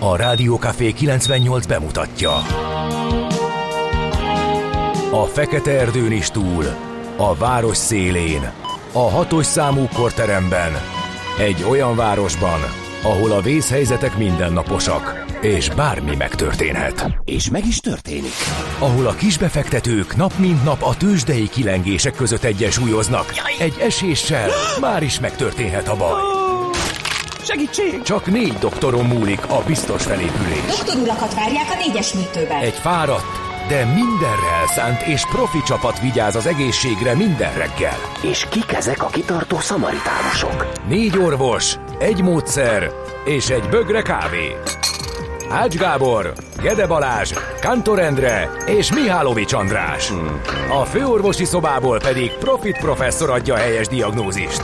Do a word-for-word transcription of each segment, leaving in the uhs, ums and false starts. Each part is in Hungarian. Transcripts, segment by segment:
A Rádió Café kilencvennyolc bemutatja. A fekete erdőn is túl, a város szélén, a hatos számú korteremben, egy olyan városban, ahol a vészhelyzetek mindennaposak, és bármi megtörténhet. És meg is történik. Ahol a kisbefektetők nap mint nap a tőzsdei kilengések között egyensúlyoznak. Egy eséssel már is megtörténhet a baj. Segítség! Csak négy doktoron múlik a biztos felépülés. Doktor urakat várják a négyes műtőben. Egy fáradt, de mindenre elszánt és profi csapat vigyáz az egészségre minden reggel. És kik ezek a kitartó szamaritánusok? Négy orvos, egy módszer és egy bögre kávé. Ács Gábor, Gede Balázs, Kántor Endre és Mihálovics András. Hmm. A főorvosi szobából pedig Profit professzor adja a helyes diagnózist.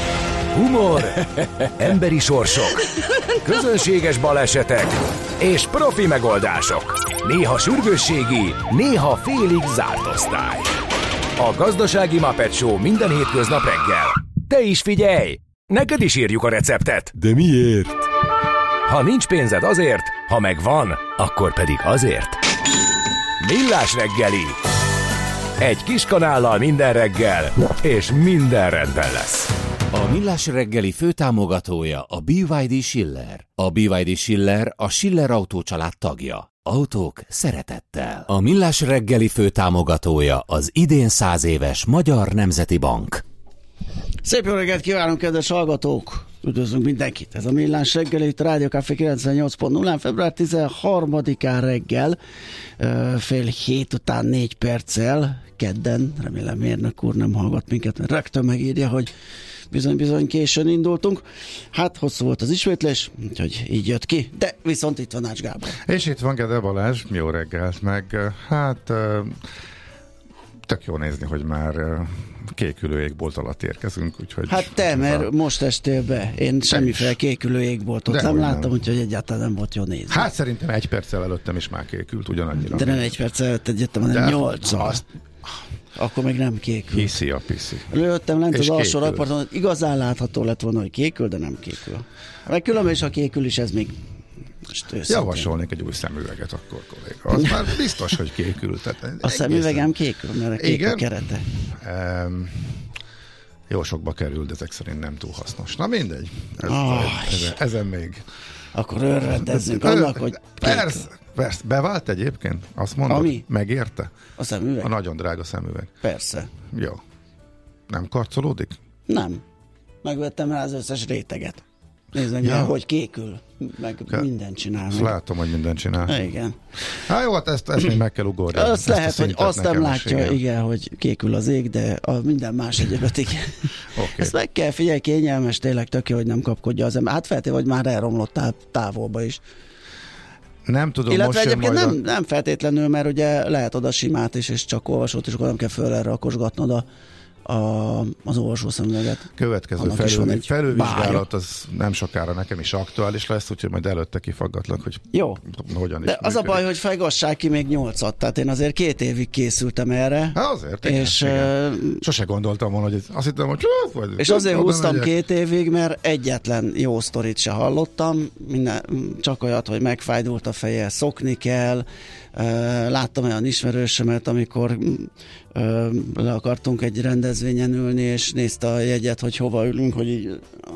Humor, emberi sorsok, közönséges balesetek és profi megoldások. Néha sürgősségi, néha félig zárt osztály. A Gazdasági Muppet Show minden hétköznap reggel. Te is figyelj! Neked is írjuk a receptet. De miért? Ha nincs pénzed azért, ha megvan, akkor pedig azért. Millás reggeli. Egy kis kanállal minden reggel, és minden rendben lesz. A Millás reggeli főtámogatója a bé vé dé Schiller. A bé vé dé Schiller a Schiller Autó család tagja. Autók szeretettel. A Millás reggeli főtámogatója az idén száz éves Magyar Nemzeti Bank. Szép jó reggelt kívánunk, kedves hallgatók! Üdvözlünk mindenkit! Ez a Millás reggeli, itt a Rádió Café kilencvennyolc pont nullán, február tizenharmadikán reggel, fél hét után négy perccel, kedden, remélem mérnök úr nem hallgat minket, mert rögtön megírja, hogy bizony-bizony későn indultunk. Hát hosszú volt az ismétlés, úgyhogy így jött ki, de viszont itt van Ács Gábor. És itt van Gede Balázs, jó reggelt, meg hát tök jó nézni, hogy már kékülő égbolt alatt érkezünk, úgyhogy... Hát te, mert a... most estél be. Én semmiféle kékülő égboltot de nem láttam, nem. Úgyhogy egyáltalán nem volt jó nézni. Hát szerintem egy perccel előttem is már kékült, ugyanannyira. De nem egy perccel előtted jöttem, hanem nyolccal. Azt... Akkor még nem kékül. Hiszi a piszi. Lőttem lent az alsó rakparton, hogy igazán látható lett volna, hogy kékül, de nem kékül. Meg különben is, ha kékül is, ez még... Javasolnék egy új szemüveget akkor, kolléga. Az már biztos, hogy kékül. Tehát a egészen... szemüvegem kékül, mert a kék igen? A kerete. Um, jó sokba kerül, de ezek szerint nem túl hasznos. Na mindegy. Ez, oh, ezen, ezen még... Akkor örvendezzünk annak, hogy persze, persze. Bevált egyébként? Azt mondod? Ami? Megérte? A szemüveg? A nagyon drága szemüveg. Persze. Jó. Nem karcolódik? Nem. Megvettem rá az összes réteget. Nézd meg, ja. Hogy kékül, meg ja. Mindent csinál. Azt látom, hogy mindent csinál. Igen. Hát jó, hát ezt, ezt még meg kell ugorni. Azt lehet, hogy azt nem látja, igen. igen, hogy kékül az ég, de a minden más egyébet igen. Okay. Ezt meg kell figyelj, kényelmes, tényleg tök jó, hogy nem kapkodja az ember. Hát feltéve, hogy már elromlott távolba is. Nem tudom, illetve most egyébként nem, a... nem feltétlenül, mert ugye lehet oda simát is, és csak olvasót, és akkor nem kell föl erre rakosgatnod a A, az olvasószemüveget. Következő felül, felülvizsgálat az nem sokára nekem is aktuális lesz, úgyhogy majd előtte kifaggatlak, hogy jó. Hogyan de is az működik. A baj, hogy fejgassák ki még nyolcat, tehát én azért két évig készültem erre. Hát azért, igen, és, igen. Sose gondoltam volna, hogy azt hittem, hogy vagy, és azért húztam megyek. Két évig, mert egyetlen jó sztorit se hallottam, minden, csak olyat, hogy megfájdult a feje, szokni kell. Láttam olyan ismerősömet, amikor le akartunk egy rendezvényen ülni, és nézte a jegyet, hogy hova ülünk, hogy így,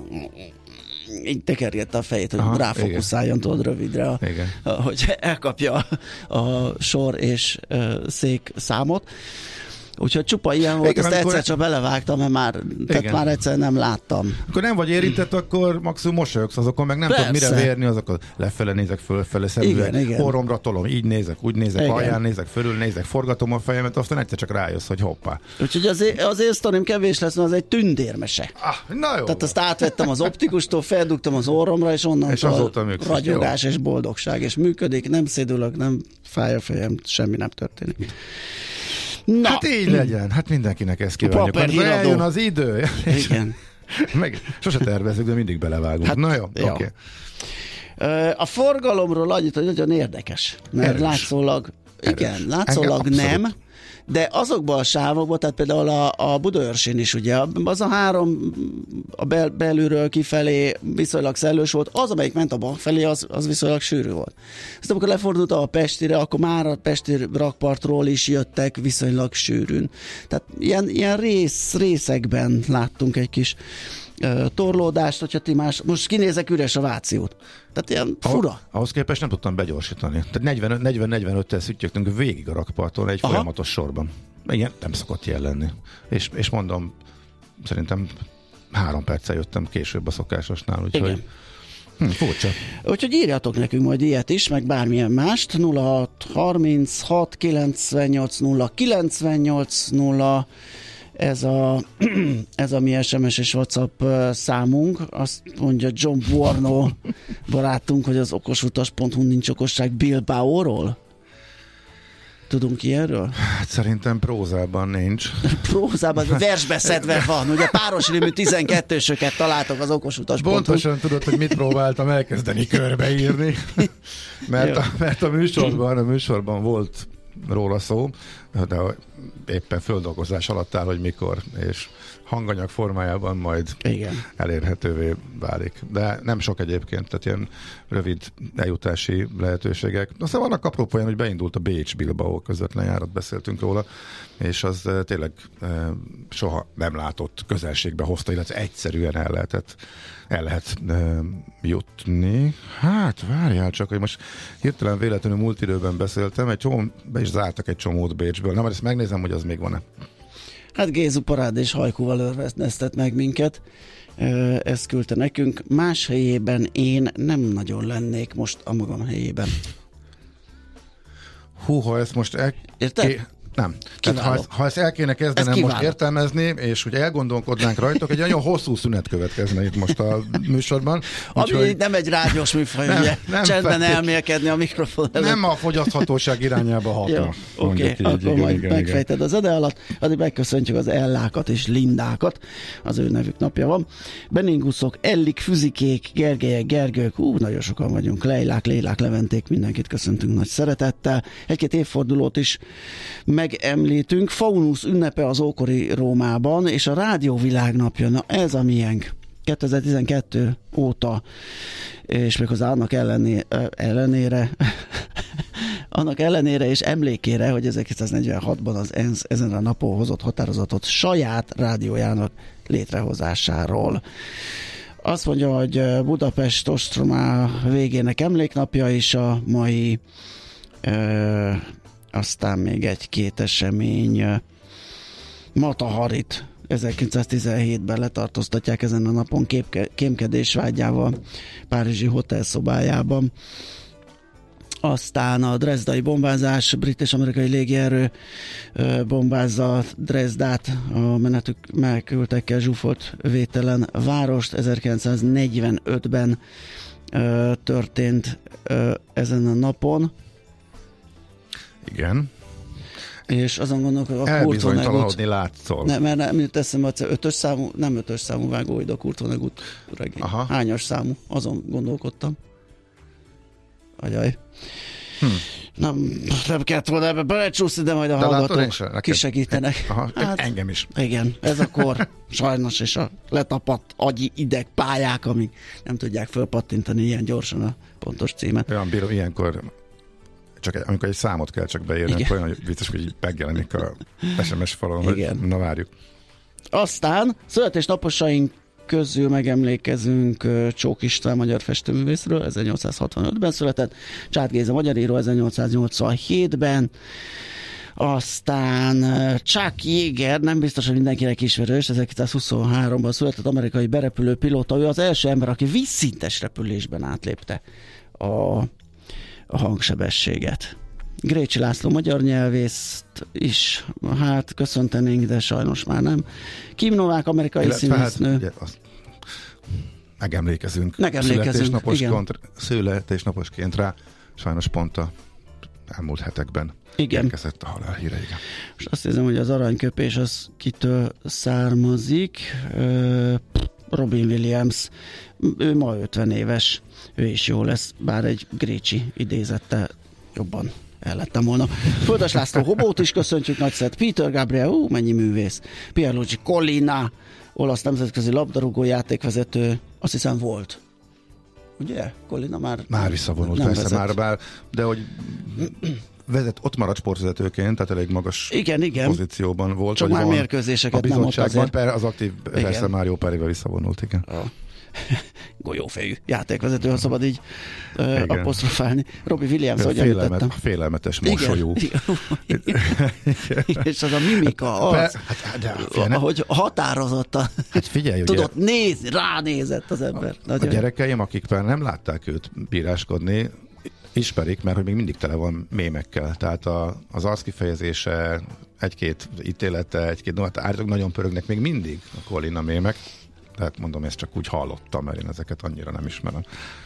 így tekergette a fejét, hogy aha, ráfokuszáljon, tudod, rövidre, a, a, hogy elkapja a, a sor és a szék számot. Úgyhogy csupa ilyen volt, igen, ezt egyszer csak belevágtam, mert már, tehát már egyszer nem láttam. Akkor nem vagy érintett, akkor maximum mosolyogsz azokon, meg nem tudod mire vérni, azok lefele nézek, fölfele szemüveg, orromra tolom, így nézek, úgy nézek, igen. Alján nézek, fölül nézek, forgatom a fejemet, aztán egyszer csak rájössz, hogy hoppá. Úgyhogy azért, azért sztorim kevés lesz, mert az egy tündérmese. Ah, na jó. Tehát azt átvettem az optikustól, feldugtam az orromra, és onnantól és ragyogás jó. És boldogság, és működik, nem szédülök, nem fáj a fejem, semmi nem történik. Na. Hát így legyen, hát mindenkinek ezt kívánjuk. Mert eljön az idő. Igen. Meg, sose tervezzük, de mindig belevágunk. Hát, na jó, jó. Oké. Okay. A forgalomról annyit, hogy nagyon érdekes. Mert Erős. látszólag, igen, Erős. látszólag nem, de azokban a sávokban, tehát például a, a Budaörsén is ugye, az a három a bel, belülről kifelé viszonylag szellős volt, az, amelyik ment a bal felé, az, az viszonylag sűrű volt. Aztán amikor lefordult a Pestire, akkor már a pesti rakpartról is jöttek viszonylag sűrűn. Tehát ilyen, ilyen rész, részekben láttunk egy kis uh, torlódást, hogyha ti más, most kinézek, üres a Váci út. Tehát ilyen fura. Ah, ahhoz képest nem tudtam begyorsítani. Tehát negyven-negyvenöttel szüttyögtünk végig a rakparton egy Aha. folyamatos sorban. Igen, nem szokott ilyen lenni. És, és mondom, szerintem három perccel jöttem később a szokásosnál, úgyhogy hm, furcsa. Úgyhogy írjatok nekünk majd ilyet is, meg bármilyen mást. nulla hat harminchat kilencvennyolc nulla kilencvennyolc nulla ez a, ez a mi es em es és WhatsApp számunk. Azt mondja John Buorno barátunk, hogy az okosutas pont hu nincs okosság Bilbaóról. Tudunk ilyenről? Hát szerintem prózában nincs. Prózában, versbe szedve van. Ugye páros rímű tizenkettősöket találtok az okosutas pont hu. Pontosan tudod, hogy mit próbáltam elkezdeni körbeírni. mert, a, mert a műsorban, a műsorban volt róla szó, de éppen földolgozás alatt áll, hogy mikor, és hanganyag formájában majd Igen. elérhetővé válik. De nem sok egyébként, tehát ilyen rövid eljutási lehetőségek. Aztán vannak apró olyan, hogy beindult a Bécs-Bilbao közvetlen járat, beszéltünk róla, és az tényleg soha nem látott közelségbe hozta, illetve egyszerűen el lehetett el lehet e, jutni. Hát, várjál csak, hogy most hirtelen véletlenül múlt időben beszéltem, egy csomó, be is zártak egy csomót Bécsből. Na, mert ezt megnézem, hogy az még van-e. Hát Gézu Parád és Hajkúval örvesztett meg minket. Ezt küldte nekünk. Más helyében én nem nagyon lennék most a magam helyében. Hú, ha ezt most el... Érted? Ké... Nem. Tehát, ha, ezt, ha ezt el kéne kezdenem most értelmezni, és hogy elgondolkodnánk rajtok, egy nagyon hosszú szünet következne itt most a műsorban. Ami hogy... nem egy rádiós műfaj, nem, ugye? Nem csendben felték. Elmélkedni a mikrofon előtt. Nem a fogyaszthatóság irányába hatna. Oké, okay, akkor igen, majd igen, megfejted igen. az ede alatt, addig megköszöntjük az Ellákat és Lindákat, az ő nevük napja van. Beninguszok, Ellik, Füzikék, Gergelyek, Gergők, ú, nagyon sokan vagyunk, Leilák, Lélák, Leventék, mindenkit köszöntünk nagy szeretettel. Egy-két évfordulót is megemlítünk. Faunus ünnepe az ókori Rómában, és a Rádió Világnapja, na ez a miénk. kétezer-tizenkettő óta, és méghozzá annak ellené, ellenére, annak ellenére és emlékére, hogy ezerkilencszáznegyvenhatban az ENSZ ezen a napon hozott határozatot saját rádiójának létrehozásáról. Azt mondja, hogy Budapest ostromá végének emléknapja is a mai ö, aztán még egy-két esemény. Mataharit ezerkilencszáztizenhétben letartóztatják ezen a napon képke, kémkedés vágyával párizsi hotelszobájában. Aztán a dresdai bombázás, brit és amerikai légierő bombázza Dresdát, a menetük menekültekkel zsúfolt vételen várost. ezerkilencszáznegyvenötben történt ezen a napon. Igen. És azon gondolok, a Kurtonegut... látszol. Ne, mert nem jut eszembe, hogy ötös számú, nem ötös számú vágó, de a Kurtonegut regény. Aha. Hányas számú? Azon gondolkodtam. Agyaj. Hm. Nem, nem kellett volna ebbe belecsúszni, de majd a de hallgatók kisegítenek. Aha, hát, engem is. Igen, ez a kor sajnos, és a letapadt agyi ideg pályák, amik nem tudják fölpattintani ilyen gyorsan a pontos címet. Olyan bíró, ilyenkor csak amikor egy számot kell csak beírni, olyan vicces, hogy így megjelenik a es em es falon, hogy na várjuk. Aztán születésnaposaink közül megemlékezünk Csók István magyar festőművészről, ezernyolcszázhatvanötben született, Csáth Géza magyar író ezernyolcszáznyolcvanhétben, aztán Chuck Yeager, nem biztos, hogy mindenkinek ismerős, ezerkilencszázhuszonháromban született amerikai berepülő pilóta, ő az első ember, aki vízszintes repülésben átlépte a, a hangsebességet. Grécsi László magyar nyelvészt is, hát köszöntenénk, de sajnos már nem. Kim Novák amerikai színésznő. Hát, ugye, megemlékezünk. Megemlékezünk, születésnaposként rá, sajnos pont a elmúlt hetekben igen. érkezett a halál híre. Igen. És azt hiszem, hogy az aranyköpés az kitől származik. Robin Williams, ő ma ötven éves, ő is jó lesz, bár egy Grécsi idézettel jobban el lettem volna. Földes László Hobót is köszöntjük, nagyszert Peter Gabriel, ú, mennyi művész. Pierluigi Collina, olasz nemzetközi labdarúgó játékvezető, azt hiszem volt. Ugye? Collina már... Már visszavonult, persze vezet. Már bár, de hogy vezet, ott maradt sportvezetőként, tehát elég magas igen, igen. pozícióban volt. Csak már mérkőzéseket nem ott azért. Per, az aktív, igen. Persze Mário Perivel visszavonult, igen. A golyófejű játékvezető, ha szabad így uh, apostrofálni. Robbie Williams, ahogy Félelmet, említettem. Félelmetes mosolyú. Igen, igen. És az a mimika, az, hát, de, de, ahogy határozottan hát figyelj, tudott nézni, ránézett az ember. Nagyon. A gyerekeim, akik már nem látták őt bíráskodni, ismerik, mert hogy még mindig tele van mémekkel. Tehát a, az arckifejezése, egy-két ítélete, egy-két no, hát állítólag nagyon pörögnek még mindig a Collina mémek. Tehát mondom, ezt csak úgy hallottam, mert én ezeket annyira nem ismerem.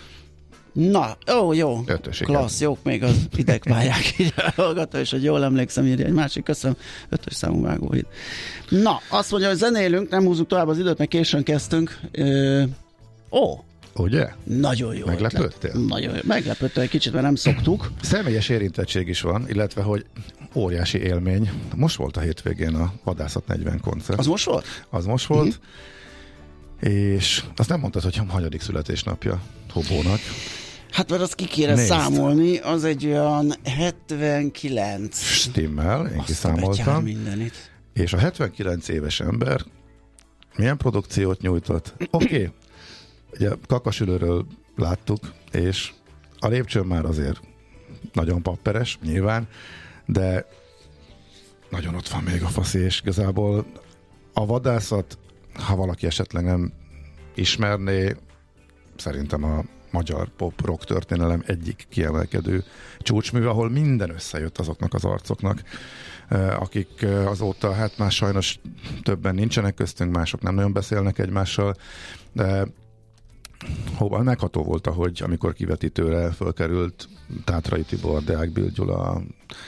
Na, ó, jó. Ötös, klassz, jók még az idegpályák így hallgató, és hogy jól emlékszem, írja egy másik, köszönöm, ötös számú vágóhíd. Na, azt mondja, hogy zenélünk, nem húzzuk tovább az időt, mert későn kezdtünk. Ö, ó, ugye? Nagyon jó. Meglepődtél? Nagyon jó. Meglepődtél egy kicsit, mert nem szoktuk. Személyes érintettség is van, illetve, hogy óriási élmény. Most volt a hétvégén a Vadászat negyven koncert. Az most volt? Az most volt. Uh-huh. És azt nem mondtad, hogy hanyadik születésnapja Hobónak. Hát mert azt ki kéne Nézd. számolni, az egy olyan hetvenkilenc. Stimmel, én kiszámoltam. És a hetvenkilenc éves ember milyen produkciót nyújtott? Oké, okay. Ugye Kakasülőről láttuk, és a lépcsőn már azért nagyon papperes, nyilván, de nagyon ott van még a faszi, és igazából a Vadászat, ha valaki esetleg nem ismerné, szerintem a magyar pop-rock történelem egyik kiemelkedő csúcsműve, ahol minden összejött azoknak az arcoknak, akik azóta, hát már sajnos többen nincsenek köztünk, mások nem nagyon beszélnek egymással, de hóban megható volt, ahogy amikor kivetítőre fölkerült Tátrai Tibor, Deák Bill Gyula,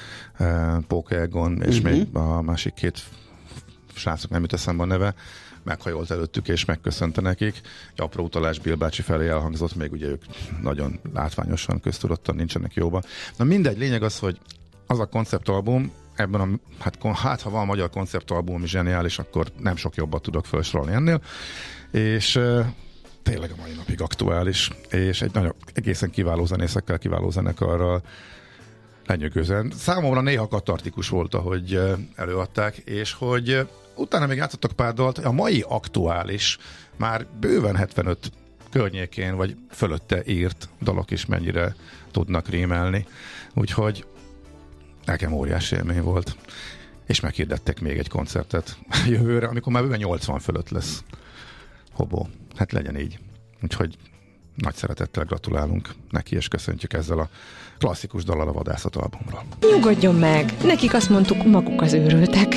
Póke Egon, és uh-huh. még a másik két srácok, nem jut eszembe a neve, meghajolt előttük és megköszönte nekik. Egy apró utalás Bill bácsi felé elhangzott, még ugye ők nagyon látványosan, köztudottan nincsenek jóba. Na mindegy, lényeg az, hogy az a konceptalbum, ebben a, hát, hát ha van magyar konceptalbum, ami zseniális, akkor nem sok jobbat tudok felsorolni ennél, és uh, tényleg a mai napig aktuális, és egy nagyon egészen kiváló zenészekkel, kiváló zenekarral lenyűgözően. Számomra néha katartikus volt, ahogy uh, előadták, és hogy uh, utána még játszottak pár dalt, a mai aktuális, már bőven hetvenöt környékén, vagy fölötte írt dalok is mennyire tudnak rímelni. Úgyhogy nekem óriási élmény volt. És meghirdettek még egy koncertet jövőre, amikor már bőven nyolcvan fölött lesz Hobó. Hát legyen így. Úgyhogy nagy szeretettel gratulálunk neki, és köszöntjük ezzel a klasszikus dallal a Vadászat albumról. Nyugodjon meg! Nekik azt mondtuk, maguk az őrültek.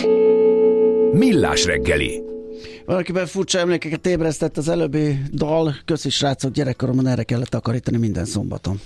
Millás reggeli. Valakiben furcsa emlékeket ébresztett az előbbi dal. Köszi srácok, gyerekkoromban erre kellett takarítani minden szombaton.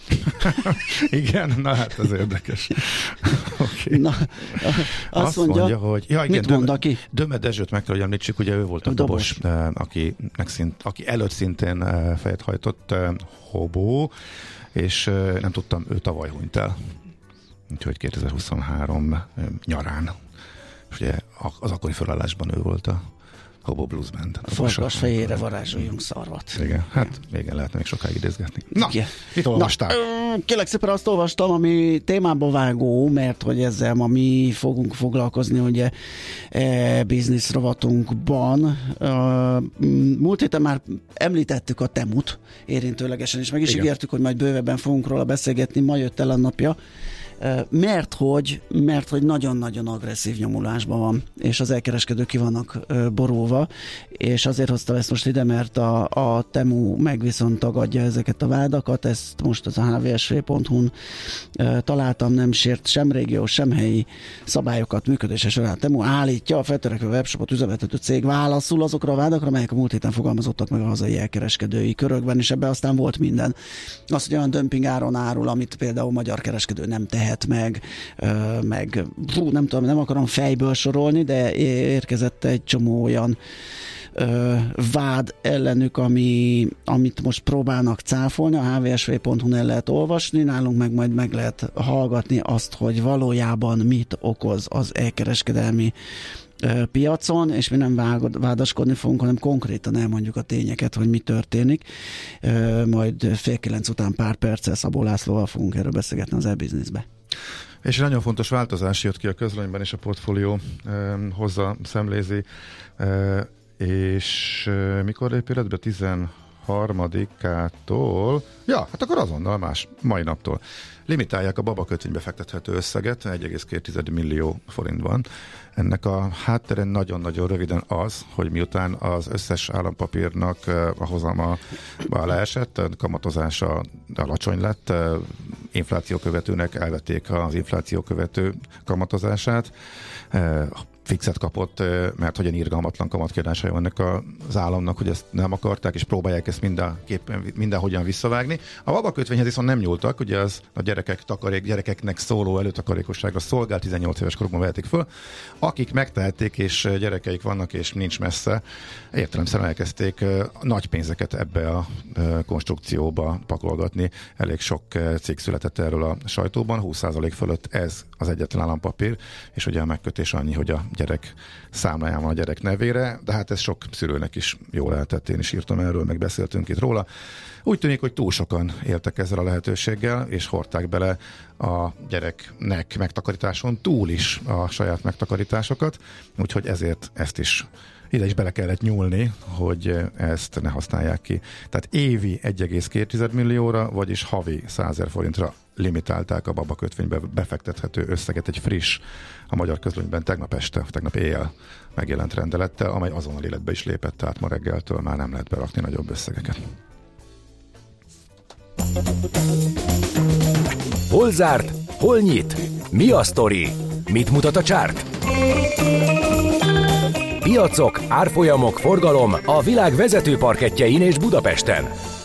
Igen, na hát ez érdekes. Okay. Na, azt, azt mondja, mondja, hogy ja, igen, mit mond Döme, aki? Döme Dezsőt meg kell, hogy említsük, ugye ő volt a, a dobos, dobos aki, szint, aki előtt szintén fejet hajtott, Hobó, és nem tudtam, ő tavaly hunyt el. Úgyhogy kétezer-huszonhárom nyarán. És ugye az akkori felállásban ő volt a Hobó Blues Band. Farkas fejére varázsoljunk szarvat. Igen, hát igen, lehetne még sokáig idézgetni. Na, igen. Mit olvastál? Kérlek szépen azt olvastam, ami témába vágó, mert hogy ezzel ma mi fogunk foglalkozni, ugye e, biznisz rovatunkban. Uh, múlt héten már említettük a Temut érintőlegesen, és meg is igen. ígértük, hogy majd bővebben fogunk róla beszélgetni, ma jött el a napja. Mert hogy, mert hogy nagyon-nagyon agresszív nyomulásban van, és az elkereskedők ki vannak borulva, és azért hoztam ezt most ide, mert a, a Temu meg viszont tagadja ezeket a vádakat, ezt most az a há vé es vé pont hu-n találtam, nem sért sem régió, sem helyi szabályokat működése során. Temu állítja, a feltörekvő webshopot üzemeltető cég válaszul azokra a vádakra, melyek a múlt héten fogalmazottak meg a hazai elkereskedői körökben, és ebbe aztán volt minden. Az, hogy olyan dömping áron árul, amit például magyar kereskedő nem tehet meg, meg fú, nem tudom, nem akarom fejből sorolni, de érkezett egy csomó olyan ö, vád ellenük, ami, amit most próbálnak cáfolni, a há vé es vé pont hu-n el lehet olvasni, nálunk meg majd meg lehet hallgatni azt, hogy valójában mit okoz az elkereskedelmi ö, piacon, és mi nem vágod, vádaskodni fogunk, hanem konkrétan elmondjuk a tényeket, hogy mi történik. Ö, majd fél kilenc után pár perccel Szabó Lászlóval fogunk erről beszélgetni az e-businessbe. És egy nagyon fontos változás jött ki a közlönyben, és a portfólió e, hozza, szemlézi, e, és e, mikor lép életbe? tizenharmadikától Ja, hát akkor azonnal más, mai naptól. Limitálják a babakötvénybe fektethető összeget, egy egész két millió forintban. Ennek a háttere nagyon-nagyon röviden az, hogy miután az összes állampapírnak a hozama leesett, a kamatozása alacsony lett, infláció követőnek elvették az infláció követő kamatozását, fixet kapott, mert hogyan irgalmatlan kamatkiadásai vannak az államnak, hogy ezt nem akarták, és próbálják ezt mindenképpen, mindenhogyan visszavágni. A babakötvényhez viszont nem nyúltak, ugye az a gyerekek takarék, gyerekeknek szóló előtakarékosságra szolgál, tizennyolc éves korukban vehetik föl. Akik megtehették, és gyerekeik vannak, és nincs messze, értelemszerűen elkezdték nagy pénzeket ebbe a konstrukcióba pakolgatni. Elég sok cikk született erről a sajtóban, húsz százalék fölött ez az egyetlen állampapír, és ugye a megkötés annyi, hogy a gyerek számláján van a gyerek nevére, de hát ez sok szülőnek is jól lehetett, én is írtam erről, meg beszéltünk itt róla. Úgy tűnik, hogy túl sokan éltek ezzel a lehetőséggel, és hordták bele a gyereknek megtakarításon túl is a saját megtakarításokat, úgyhogy ezért ezt is ide is bele kellett nyúlni, hogy ezt ne használják ki. Tehát évi egy egész két millióra, vagyis havi százezer forintra limitálták a babakötvénybe befektethető összeget egy friss, a Magyar Közlönyben tegnap este, tegnap éjjel megjelent rendelettel, amely azonnal életbe is lépett, tehát ma reggeltől már nem lehet berakni nagyobb összegeket. Hol zárt? Hol nyit? Mi a sztori? Mit mutat a csárt? Piacok, árfolyamok, forgalom a világ vezető parkettjein és Budapesten.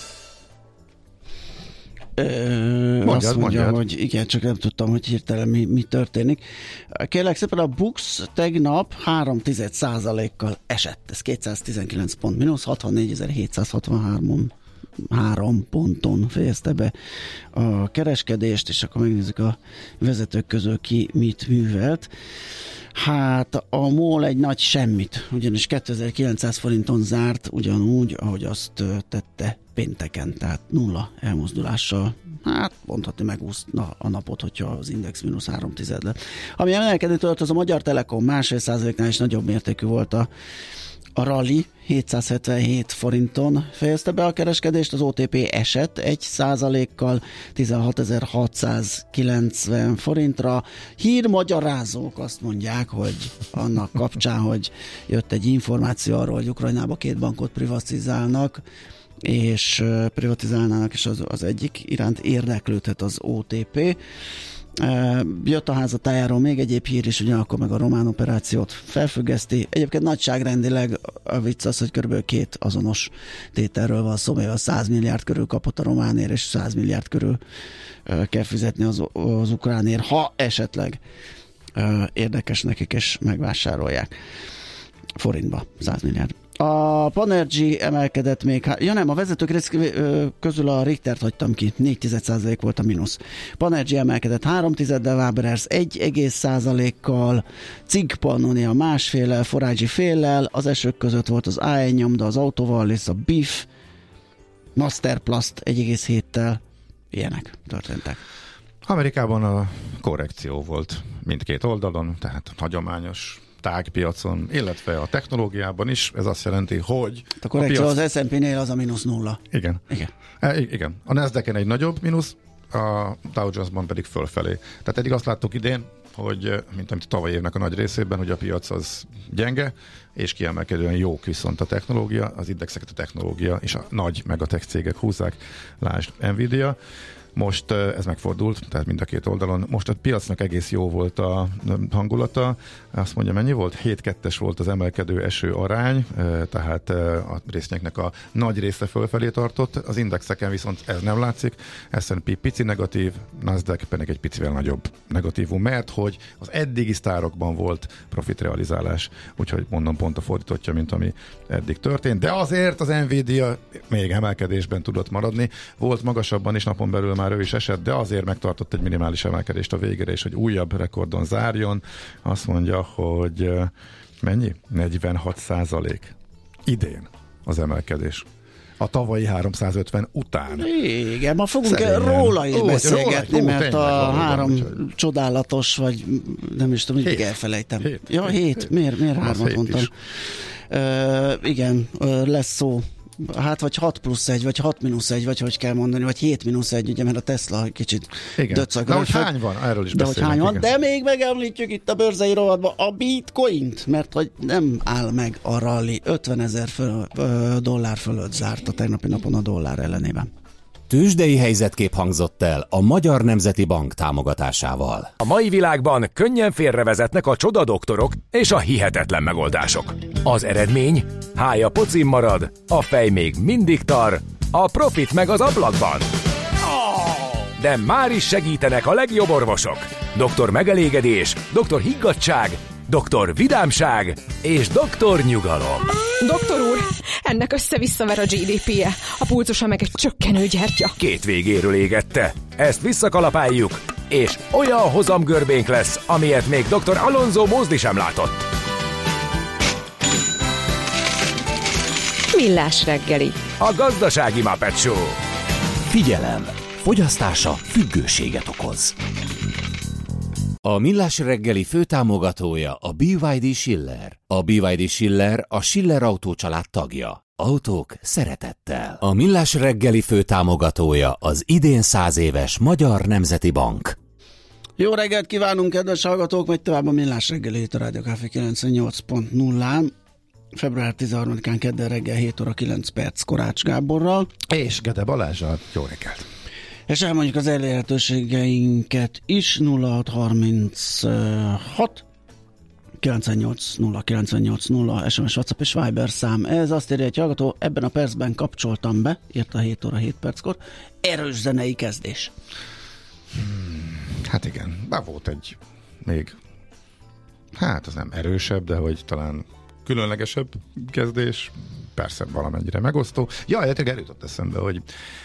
Ö, mondjad, azt mondja, mondjad. hogy igen, csak nem tudtam, hogy hirtelen mi, mi történik. Kérlek szépen, a Bux tegnap három tized százalékkal esett. Ez kétszáztizenkilenc pont mínusz, hatvannégyezer-hétszázhatvanhárom három ponton fejezte be a kereskedést, és akkor megnézzük a vezetők közül ki mit művelt. Hát a MOL egy nagy semmit, ugyanis kétezer-kilencszáz forinton zárt, ugyanúgy, ahogy azt tette pénteken, tehát nulla elmozdulással, hát mondhatni megúszna a napot, hogyha az index mínusz három tized lett. Ami emelkedő tört, az a Magyar Telekom, másfél százaléknál is nagyobb mértékű volt a A rally, hétszázhetvenhét forinton fejezte be a kereskedést, az o té pé esett egy százalékkal tizenhatezer-hatszázkilencven forintra. Hírmagyarázók azt mondják, hogy annak kapcsán, hogy jött egy információ arról, hogy Ukrajnába két bankot privatizálnak, és privatizálnának, és az, az egyik iránt érdeklődhet az o té pé. Jött a házatájáról még egyéb hír is, ugyanakkor meg a román operációt felfüggeszti. Egyébként nagyságrendileg a vicc az, hogy körülbelül két azonos tételről van szó, mert a száz milliárd körül kapott a románért, és száz milliárd körül kell fizetni az, az ukránért, ha esetleg érdekes nekik, és megvásárolják forintba száz milliárd. A Panergy emelkedett még, ja nem, a vezetők közül a Richtert hagytam ki, négy tized százalék volt a mínusz. Panergy emelkedett három tizeddel, Waberers egy egész százalékkal, Cig Pannonia másféllel, Forágyi féllel, az esők között volt az á egy nyomda, az Autovallis, a B I F, Masterplast egy egész héttel, ilyenek történtek. Amerikában a korrekció volt mindkét oldalon, tehát hagyományos tágpiacon, illetve a technológiában is. Ez azt jelenti, hogy a korrekció a piac... az es and pé-nél az a mínusz nulla. Igen. Igen. E, igen. A Nasdaqen egy nagyobb mínusz, a Dow Jones-ban pedig fölfelé. Tehát eddig azt láttuk idén, hogy mint amit tavaly évnek a nagy részében, hogy a piac az gyenge, és kiemelkedően jók viszont a technológia, az indexeket a technológia és a nagy megatech cégek húzzák, lásd Nvidia. Most ez megfordult, tehát mind a két oldalon. Most a piacnak egész jó volt a hangulata. Azt mondja, mennyi volt? hét kettes volt az emelkedő eső arány, tehát a részvényeknek a nagy része fölfelé tartott. Az indexeken viszont ez nem látszik. es and pé pici negatív, Nasdaq pedig egy picivel nagyobb negatívum, mert hogy hogy az eddigi sztárokban volt profitrealizálás, úgyhogy mondom pont a fordítottja, mint ami eddig történt, de azért az Nvidia még emelkedésben tudott maradni, volt magasabban is, napon belül már ő is esett, de azért megtartott egy minimális emelkedést a végére, és hogy újabb rekordon zárjon. Azt mondja, hogy mennyi? negyvenhat százalék idén az emelkedés. A tavalyi háromszázötven után. Igen, ma fogunk Szerényen. róla is ó, beszélgetni, róla, mert ó, a valóban, három úgy, csodálatos, vagy nem is tudom, hogy elfelejtem. Hét, ja, hét. hét. Miért, miért hármat mondtam? Uh, igen, uh, lesz szó. Hát vagy hat plusz egy, vagy hat mínusz egy, vagy hogy kell mondani, vagy hét mínusz egy, ugye, mert a Tesla kicsit döcög. De hogy hány van, erről is de beszélünk. Hogy hány van, de még megemlítjük itt a bőrzei rovatban a bitcoint, mert hogy nem áll meg a rally. ötvenezer föl, ö, dollár fölött zárt a tegnapi napon a dollár ellenében. Tőzsdei helyzetkép hangzott el a Magyar Nemzeti Bank támogatásával. A mai világban könnyen félrevezetnek a csodadoktorok és a hihetetlen megoldások. Az eredmény? Hája pocim marad, a fej még mindig tar, a profit meg az ablakban. De már is segítenek a legjobb orvosok. Doktor Megelégedés, Doktor Higgadtság, Doktor Vidámság és Doktor Nyugalom. Doktor úr, ennek össze-visszaver a gé dé pé-je, a pulcosa meg egy csökkenő gyertya. Két végéről égette. Ezt visszakalapáljuk, és olyan hozamgörbénk lesz, amilyet még Doktor Alonso Mózdi sem látott. Millás reggeli. A gazdasági Muppet Show. Figyelem! Fogyasztása függőséget okoz. A Millás reggeli főtámogatója a bé vé dé Schiller. A bé vé dé Schiller a Schiller Autó család tagja. Autók szeretettel. A Millás reggeli főtámogatója az idén száz éves Magyar Nemzeti Bank. Jó reggelt kívánunk, kedves hallgatók! Megy tovább a Millás reggeli itt a Rádió Café kilencvennyolc pont nullán. február tizenharmadikán kedden reggel hét óra kilenc perc Korács Gáborral. És Gede Balázsral. Jó reggelt! És elmondjuk az elérhetőségeinket is. Nulla hat harminchat kilencvennyolc nulla kilencvennyolc nulla es em es, WhatsApp és Viber szám. Ez azt írja egy hallgató, ebben a percben kapcsoltam be, írta hét óra hét perckor, erős zenei kezdés. Hmm, hát igen, bár volt egy még, hát az nem erősebb, de hogy talán különlegesebb kezdés, persze valamennyire megosztó. Jaj, hát eljutott eszembe, hogy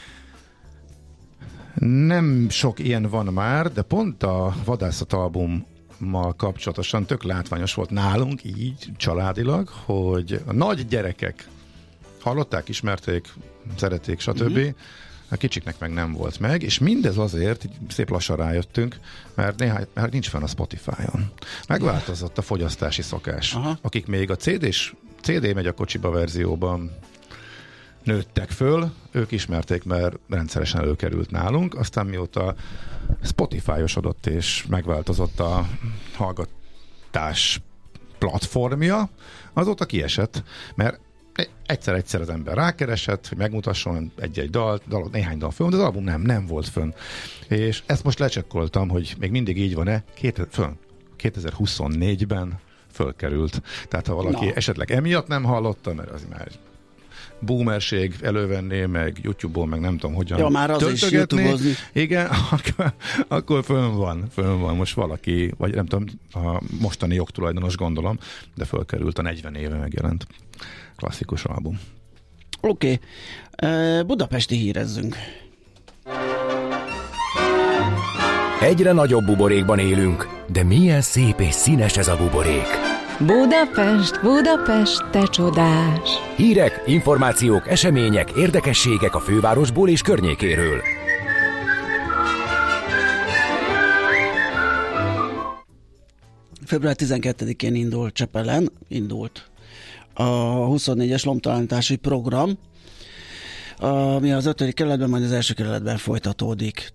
nem sok ilyen van már, de pont a Vadászat albummal kapcsolatosan tök látványos volt nálunk, így családilag, hogy a nagy gyerekek hallották, ismerték, szerették, stb. Uh-huh. A kicsiknek meg nem volt meg, és mindez azért, így szép lassan rájöttünk, mert néhány, mert nincs fenn a Spotify-on. Megváltozott a fogyasztási szokás. Aha. Akik még a cé dés, cé dé megy a kocsiba verzióban nőttek föl, ők ismerték, mert rendszeresen előkerült nálunk, aztán mióta Spotify-osodott és megváltozott a hallgatás platformja, azóta kiesett, mert egyszer-egyszer az ember rákeresett, hogy megmutasson egy-egy dalt, dal, néhány dal fönn, de az album nem, nem volt fönn. És ezt most lecsekkoltam, hogy még mindig így van-e, Két, fönn, kétezer-huszonnégyben fölkerült. Tehát ha valaki no. esetleg emiatt nem hallotta, mert az már boomerség elővenné, meg YouTube-ból, meg nem tudom, hogyan ja, már az is YouTube-ozni. Igen, akkor, akkor fönn van, fönn van most valaki, vagy nem tudom, a mostani jogtulajdonos gondolom, de fölkerült, a negyven éve megjelent klasszikus album. Oké, okay. uh, budapesti hírezzünk. Egyre nagyobb buborékban élünk, de milyen szép és színes ez a buborék. Budapest, Budapest, te csodás! Hírek, információk, események, érdekességek a fővárosból és környékéről. február tizenkettedikén indult Csepelen, indult a huszonnégyes lomtalanítási program, ami az ötödik kerületben, majd az első kerületben folytatódik.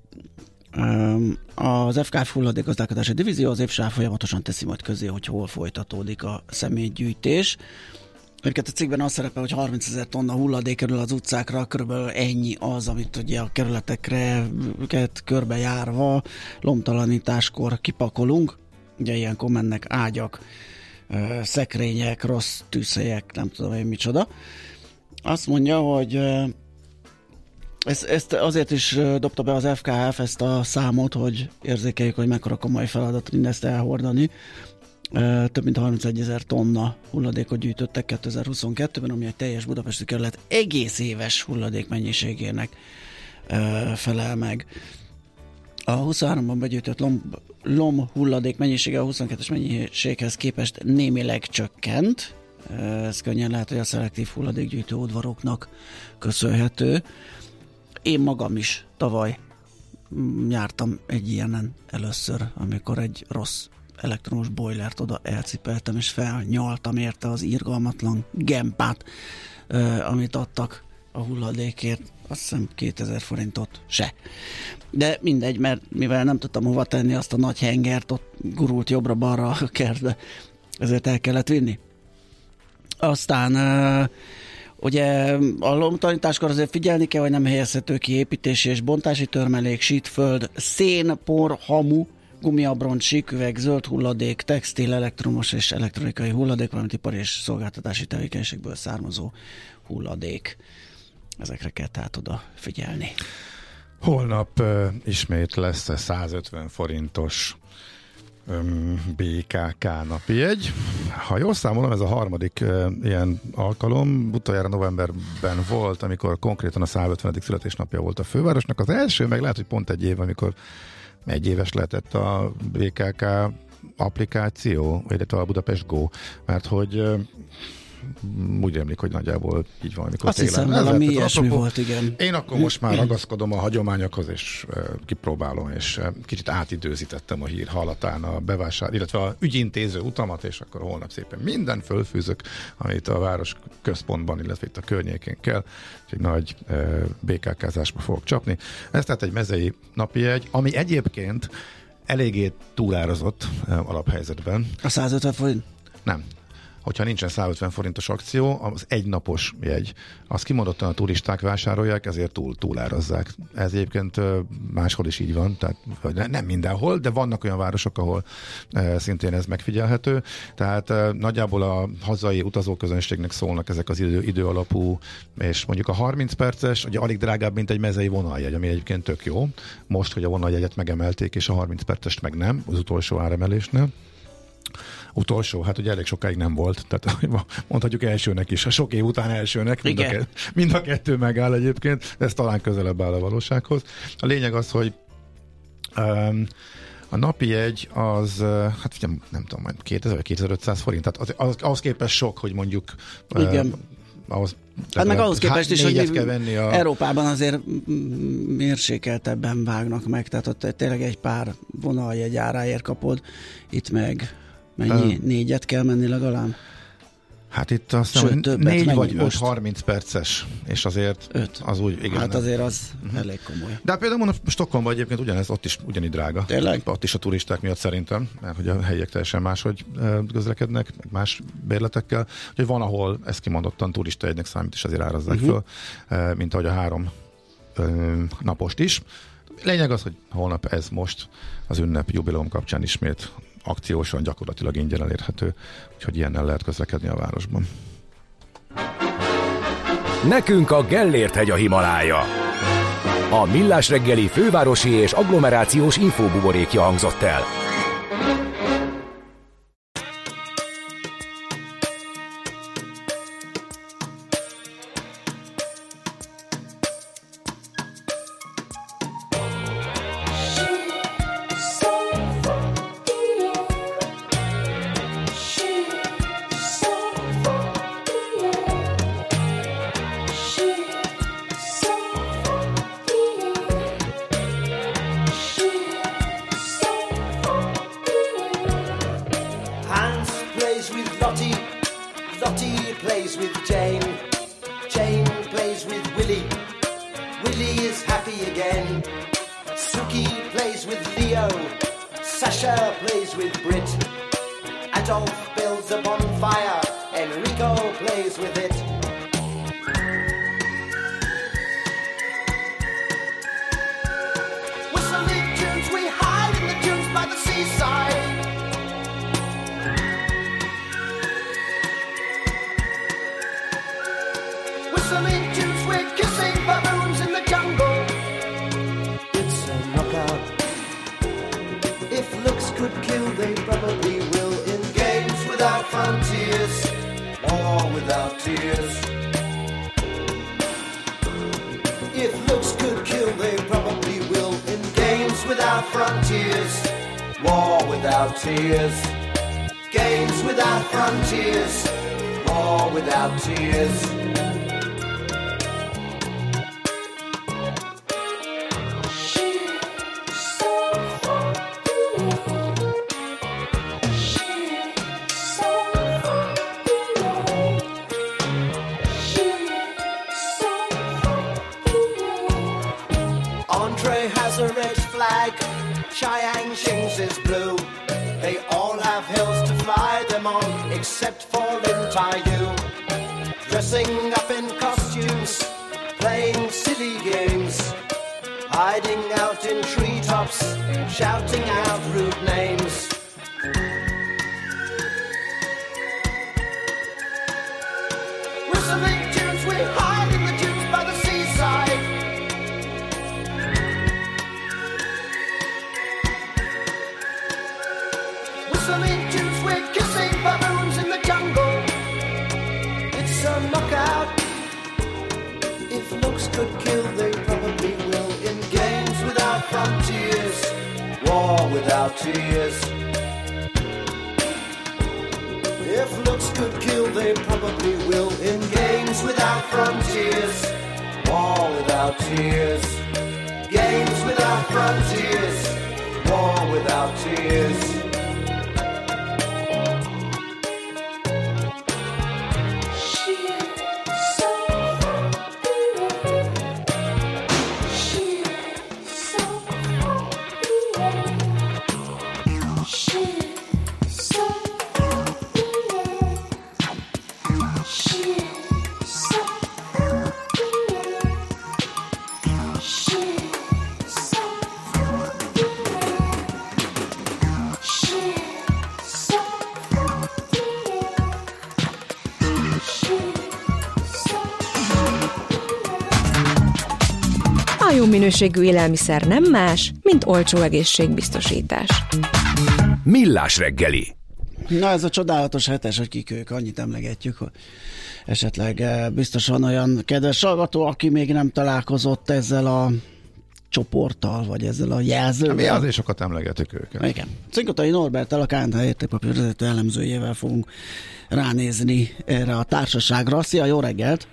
Az ef ká ef hulladékgazdálkodási divízió az évsáv folyamatosan teszi majd közé, hogy hol folytatódik a személygyűjtés. Őket a cikkben az szerepel, hogy harmincezer tonna hulladék kerül az utcákra, körülbelül ennyi az, amit ugye a kerületekre körbejárva lomtalanításkor kipakolunk. Ugye ilyenkor mennek ágyak, szekrények, rossz tűzhelyek, nem tudom én micsoda. Azt mondja, hogy Ezt, ezt azért is dobta be az ef ká ef ezt a számot, hogy érzékeljük, hogy mekkora komoly feladat mindezt elhordani. Több mint harmincegyezer tonna hulladékot gyűjtöttek kétezer-huszonkettőben, ami egy teljes budapesti kerület egész éves hulladék mennyiségének felel meg. A huszonháromban begyűjtött lom, lom hulladék mennyisége a huszonkettes mennyiséghez képest némileg csökkent. Ez könnyen lehet, hogy a szelektív hulladékgyűjtő udvaroknak köszönhető. Én magam is tavaly jártam egy ilyenen először, amikor egy rossz elektromos bojlert oda elcipeltem, és felnyaltam érte az irgalmatlan gempát, amit adtak a hulladékért, azt hiszem kétezer forintot se. De mindegy, mert mivel nem tudtam hova tenni azt a nagy hengert, ott gurult jobbra-balra a kertbe, ezért el kellett vinni. Aztán ugye a lomtalanításkor azért figyelni kell, hogy nem helyezhető ki építési és bontási törmelék, sítföld, szén, por, hamu, gumiabroncs, síküveg, zöld hulladék, textil, elektromos és elektronikai hulladék, valamint ipari és szolgáltatási tevékenységből származó hulladék. Ezekre kell tehát oda figyelni. Holnap uh, ismét lesz százötven forintos um, bé ká ká napijegy. Ha jól számolom, ez a harmadik uh, ilyen alkalom. Utoljára novemberben volt, amikor konkrétan a százötvenedik születésnapja volt a fővárosnak. Az első, meg lehet, hogy pont egy év, amikor egy éves lehetett a bé ká ká applikáció, illetve a Budapest Go, mert hogy uh, úgy emlik, hogy nagyjából így van, amikor azt hiszem, valami ilyesmi volt, igen. Én akkor most már ragaszkodom a hagyományokhoz, és uh, kipróbálom, és uh, kicsit átidőzítettem a hír hallatán a bevásár, illetve a ügyintéző utamat, és akkor holnap szépen minden fölfűzök, amit a város központban, illetve itt a környékén kell, úgyhogy nagy uh, bé ká ká-zásba fogok csapni. Ez tehát egy mezei napijegy, ami egyébként eléggé túlárazott uh, alaphelyzetben. A százötven forint? Nem. Hogyha nincsen százötven forintos akció, az egynapos jegy. Azt kimondottan a turisták vásárolják, ezért túl, túlárazzák. Ez egyébként máshol is így van, tehát vagy nem mindenhol, de vannak olyan városok, ahol e, szintén ez megfigyelhető. Tehát e, nagyjából a hazai utazóközönségnek szólnak ezek az idő, idő alapú, és mondjuk a harminc perces, ugye alig drágább, mint egy mezei vonaljegy, ami egyébként tök jó. Most, hogy a vonaljegyet megemelték, és a harminc percest meg nem, az utolsó áremelésnél. Utolsó, hát ugye elég sokáig nem volt, tehát mondhatjuk elsőnek is, a sok év után elsőnek, mind a, ke- mind a kettő megáll egyébként, de ez talán közelebb áll a valósághoz. A lényeg az, hogy um, a napi jegy az, hát nem, nem tudom, majd kétezer vagy kétezer-ötszáz forint, tehát az, az, ahhoz képest sok, hogy mondjuk igen. Uh, ahhoz, hát meg ahhoz képest is, hogy kell venni a... Európában azért mérsékeltebben vágnak meg, tehát ott tényleg egy pár vonaljegy áráért kapod, itt meg mennyi? Uh, négyet kell menni legalább? Hát itt azt hiszem, hogy négy vagy öt harminc perces, és azért öt. Az úgy, igen. Hát azért az uh-huh. elég komoly. De például mondom, Stockholmban egyébként ugyanez, ott is ugyanígy drága. Tényleg? Ott is a turisták miatt szerintem, mert hogy a helyiek teljesen máshogy közlekednek, meg más bérletekkel. Úgyhogy van, ahol ezt kimondottan turista egynek számít, és azért árazzák uh-huh. föl, mint ahogy a három napost is. Lényeg az, hogy holnap ez most az ünnep jubileum kapcsán ismét akciósan gyakorlatilag ingyen elérhető, úgyhogy ilyennel lehet közlekedni a városban. Nekünk a Gellért-hegy a Himalája. A Millás reggeli fővárosi és agglomerációs infóbuborékja hangzott el. Whistling tunes, we're kissing baboons in the jungle. could kill, they probably will. In games without frontiers, war without tears. If looks could kill, they probably will. In games without frontiers, war without tears. Games without frontiers, war without tears. Chiang-Shing's is blue. They all have hills to fly them on, except for Lin Tai-yu. Dressing up in costumes, playing silly games, hiding out in treetops, shouting out rude names. Whistling tunes, we hide in the dunes by the seaside. Whistling tunes, we're kissing baboons in the jungle. It's a knockout. If looks could kill, they probably will. In games without frontiers, war without tears. If looks could kill, they probably will. In games without frontiers, war without tears. Games without frontiers, war without tears. A jó minőségű élelmiszer nem más, mint olcsó egészségbiztosítás. Millás reggeli. Na ez a csodálatos hetes, hogy kik ők, annyit emlegetjük, hogy esetleg biztosan olyan kedves hallgató, aki még nem találkozott ezzel a csoporttal, vagy ezzel a jelzővel. Mi azért sokat emlegetük őket. Igen. Cinkotai Norberttel, a ká en há értékpapír vezető elemzőjével fogunk ránézni erre a társaságra. Szia, jó reggelt!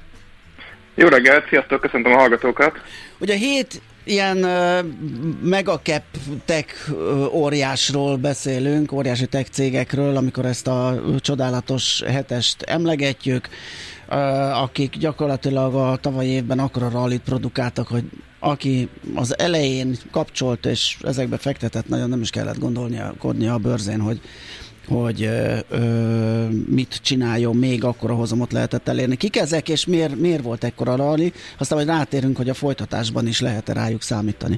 Jó reggelt, sziasztok, köszöntöm a hallgatókat! Ugye hét ilyen uh, megacap tech uh, óriásról beszélünk, óriási tech cégekről, amikor ezt a csodálatos hetest emlegetjük, uh, akik gyakorlatilag a tavalyi évben akkora rallit produkáltak, hogy aki az elején kapcsolt és ezekbe fektetett, nagyon nem is kellett gondolnia a bőrzén, hogy hogy ö, ö, mit csináljon, még akkora hozamot lehetett elérni. Kik ezek, és miért, miért volt ekkora rally? Aztán majd rátérünk, hogy a folytatásban is lehet-e rájuk számítani.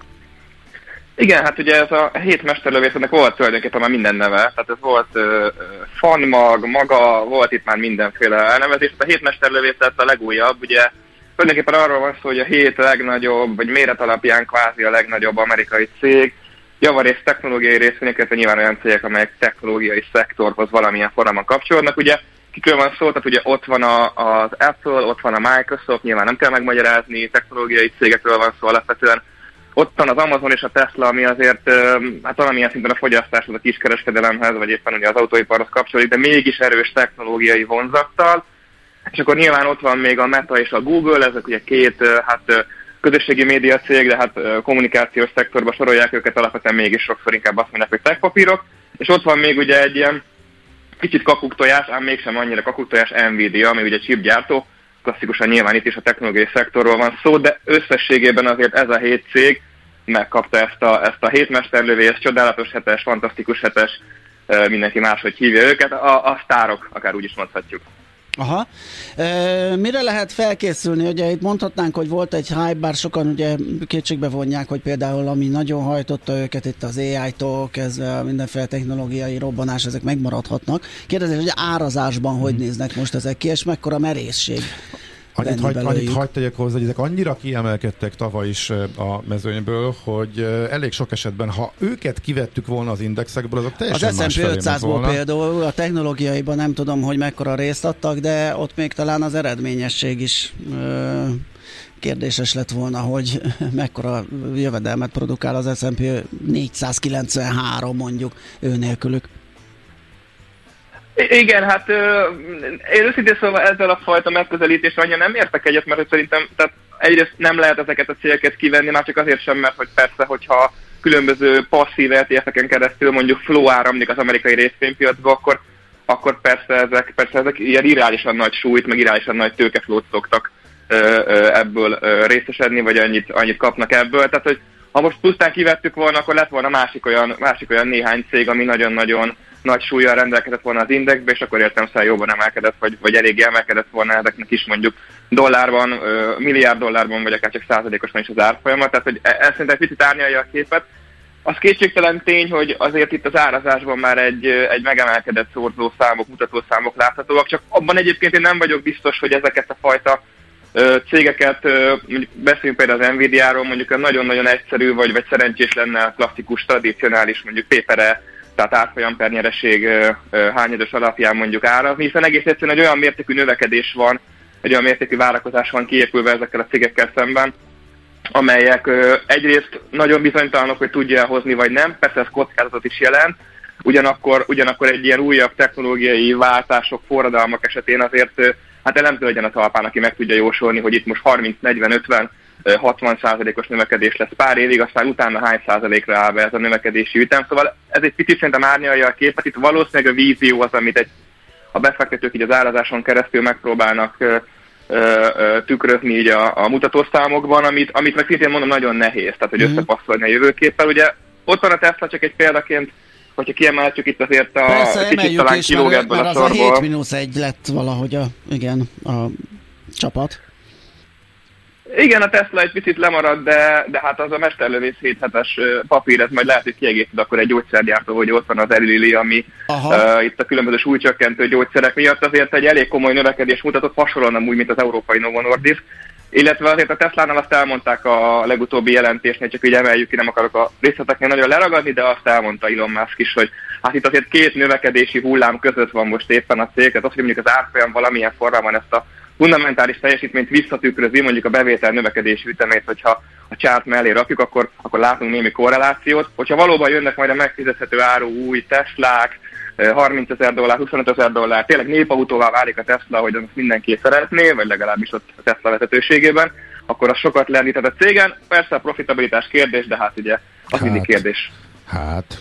Igen, hát ugye ez a hét mesterlövész, ennek volt tulajdonképpen már minden neve, tehát ez volt ö, fanmag, maga, volt itt már mindenféle elnevezés. A hét mesterlövész lett a legújabb, ugye tulajdonképpen arról van szó, hogy a hét legnagyobb, vagy méret alapján kvázi a legnagyobb amerikai cég, javarész technológiai részvények, illetve nyilván olyan cégek, amelyek technológiai szektorhoz valamilyen formában kapcsolódnak. Ugye kikről van szó, tehát ugye ott van a, az Apple, ott van a Microsoft, nyilván nem kell megmagyarázni, technológiai cégekről van szó alapvetően. Ott van az Amazon és a Tesla, ami azért hát valamilyen szinten a fogyasztáshoz, a kiskereskedelemhez, vagy éppen ugye az autóiparhoz kapcsolódik, de mégis erős technológiai vonzattal. És akkor nyilván ott van még a Meta és a Google, ezek ugye két hát közösségi média cég, de hát kommunikációs szektorban sorolják őket, alapvetően mégis sokszor inkább azt mondják, hogy techpapírok. És ott van még ugye egy ilyen kicsit kakuktojás, ám mégsem annyira kakuktojás, Nvidia, ami ugye chipgyártó, klasszikusan nyilván itt is a technológiai szektorról van szó, de összességében azért ez a hét cég megkapta ezt a, ezt a hétmesterlövész, csodálatos hetes, fantasztikus hetes, mindenki máshogy hívja őket, a, a sztárok, akár úgy is mondhatjuk. Aha. E, mire lehet felkészülni? Ugye itt mondhatnánk, hogy volt egy hype, bár sokan ugye kétségbe vonják, hogy például ami nagyon hajtotta őket itt az á í-tól kezdve mindenféle technológiai robbanás, ezek megmaradhatnak. Kérdezés, hogy árazásban hogy néznek most ezek ki, és mekkora merészség? Annyit hagyd hagy, hagy tegyek hozzá, hogy ezek annyira kiemelkedtek tavaly is a mezőnyből, hogy elég sok esetben, ha őket kivettük volna az indexekből, azok teljesen más felé ment volna. Az es and pé ötszázból például a technológiaiban nem tudom, hogy mekkora részt adtak, de ott még talán az eredményesség is ö, kérdéses lett volna, hogy mekkora jövedelmet produkál az es and pé négyszázkilencvenhárom mondjuk ő nélkülük. Igen, hát én őszintén szóval ezzel a fajta megközelítéssel annyira nem értek egyet, mert szerintem tehát egyrészt nem lehet ezeket a céleket kivenni, már csak azért sem, mert hogy persze, hogyha különböző passzív é té ef-eken keresztül mondjuk flow áramlik az amerikai részvénypiacba, akkor, akkor persze, ezek, persze ezek ilyen irreálisan nagy súlyt, meg irreálisan nagy tőkeflót szoktak ebből részesedni, vagy annyit, annyit kapnak ebből. Tehát, hogy ha most pusztán kivettük volna, akkor lett volna másik olyan, másik olyan néhány cég, ami nagyon-nagyon nagy súllyal rendelkezett volna az indexbe, és akkor értelemszerűen jobban emelkedett, vagy, vagy elég emelkedett volna ezeknek is mondjuk dollárban, milliárd dollárban, vagy akár csak százalékosan is az árfolyamat. Tehát, hogy ez szerintem egy picit árnyalja a képet. Az kétségtelen tény, hogy azért itt az árazásban már egy, egy megemelkedett szorzószámok, mutatószámok láthatóak, csak abban egyébként én nem vagyok biztos, hogy ezeket a fajta cégeket, mondjuk beszéljünk például az Nvidia-ról, mondjuk nagyon-nagyon egyszerű, vagy, vagy szerencsés lenne klasszikus, tradicionális, mondjuk pépere, tehát árfolyam per nyereség hányados alapján mondjuk ára, hiszen egész egyszerűen egy olyan mértékű növekedés van, egy olyan mértékű várakozás van kiépülve ezekkel a cégekkel szemben, amelyek egyrészt nagyon bizonytalanok, hogy tudja hozni vagy nem, persze ez kockázatot is jelent, ugyanakkor, ugyanakkor egy ilyen újabb technológiai váltások, forradalmak esetén azért hát elemző legyen a talpán, aki meg tudja jósolni, hogy itt most harminc, negyven, ötven, hatvan százalékos növekedés lesz pár évig, aztán utána hány százalékra áll be ez a növekedési ütem. Szóval ez egy picit szerintem árnyalja a képet. Itt valószínűleg a vízió az, amit egy, a befektetők így az árazáson keresztül megpróbálnak ö, ö, tükrözni így a, a mutatószámokban, amit, amit meg szintén mondom nagyon nehéz, tehát hogy mm-hmm. összepasszolni a jövőképpel. Ugye ott van a Tesla csak egy példaként, hogyha kiemelhetjük itt azért a persze, kicsit talán kilóg ebből a sorból. Az a hét mínusz egy lett valahogy a, igen, a csapat. Igen, a Tesla egy picit lemarad, de, de hát az a mesterlövész hét hetes papír, ez majd lehet, hogy kiegészít akkor egy gyógyszergyártó, hogy ott van az Eli Lilly, ami uh, itt a különböző súlycsökkentő gyógyszerek miatt azért egy elég komoly növekedés mutatott, hasonlóan úgy, mint az európai Novo Nordisk. Illetve azért a Teslánál azt elmondták a legutóbbi jelentésnél, csak így emeljük ki, nem akarok a részleteknél nagyon leragadni, de azt elmondta Elon Musk is, hogy hát itt azért két növekedési hullám között van most éppen a cég, tehát az, hogy mondjuk az árfolyam valamilyen formában ezt a fundamentális teljesítményt visszatükrözi, mondjuk a bevétel növekedési ütemét, hogyha a chart mellé rakjuk, akkor, akkor látunk némi korrelációt. Hogyha valóban jönnek majd a megfizethető áru új Teslák, harmincezer dollár, huszonötezer dollár, tényleg népautóvá válik a Tesla, hogy azt mindenki szeretné, vagy legalábbis ott a Tesla vezetőségében, akkor az sokat lendített a cégen. Persze a profitabilitás kérdés, de hát ugye az hát, mindig kérdés. Hát...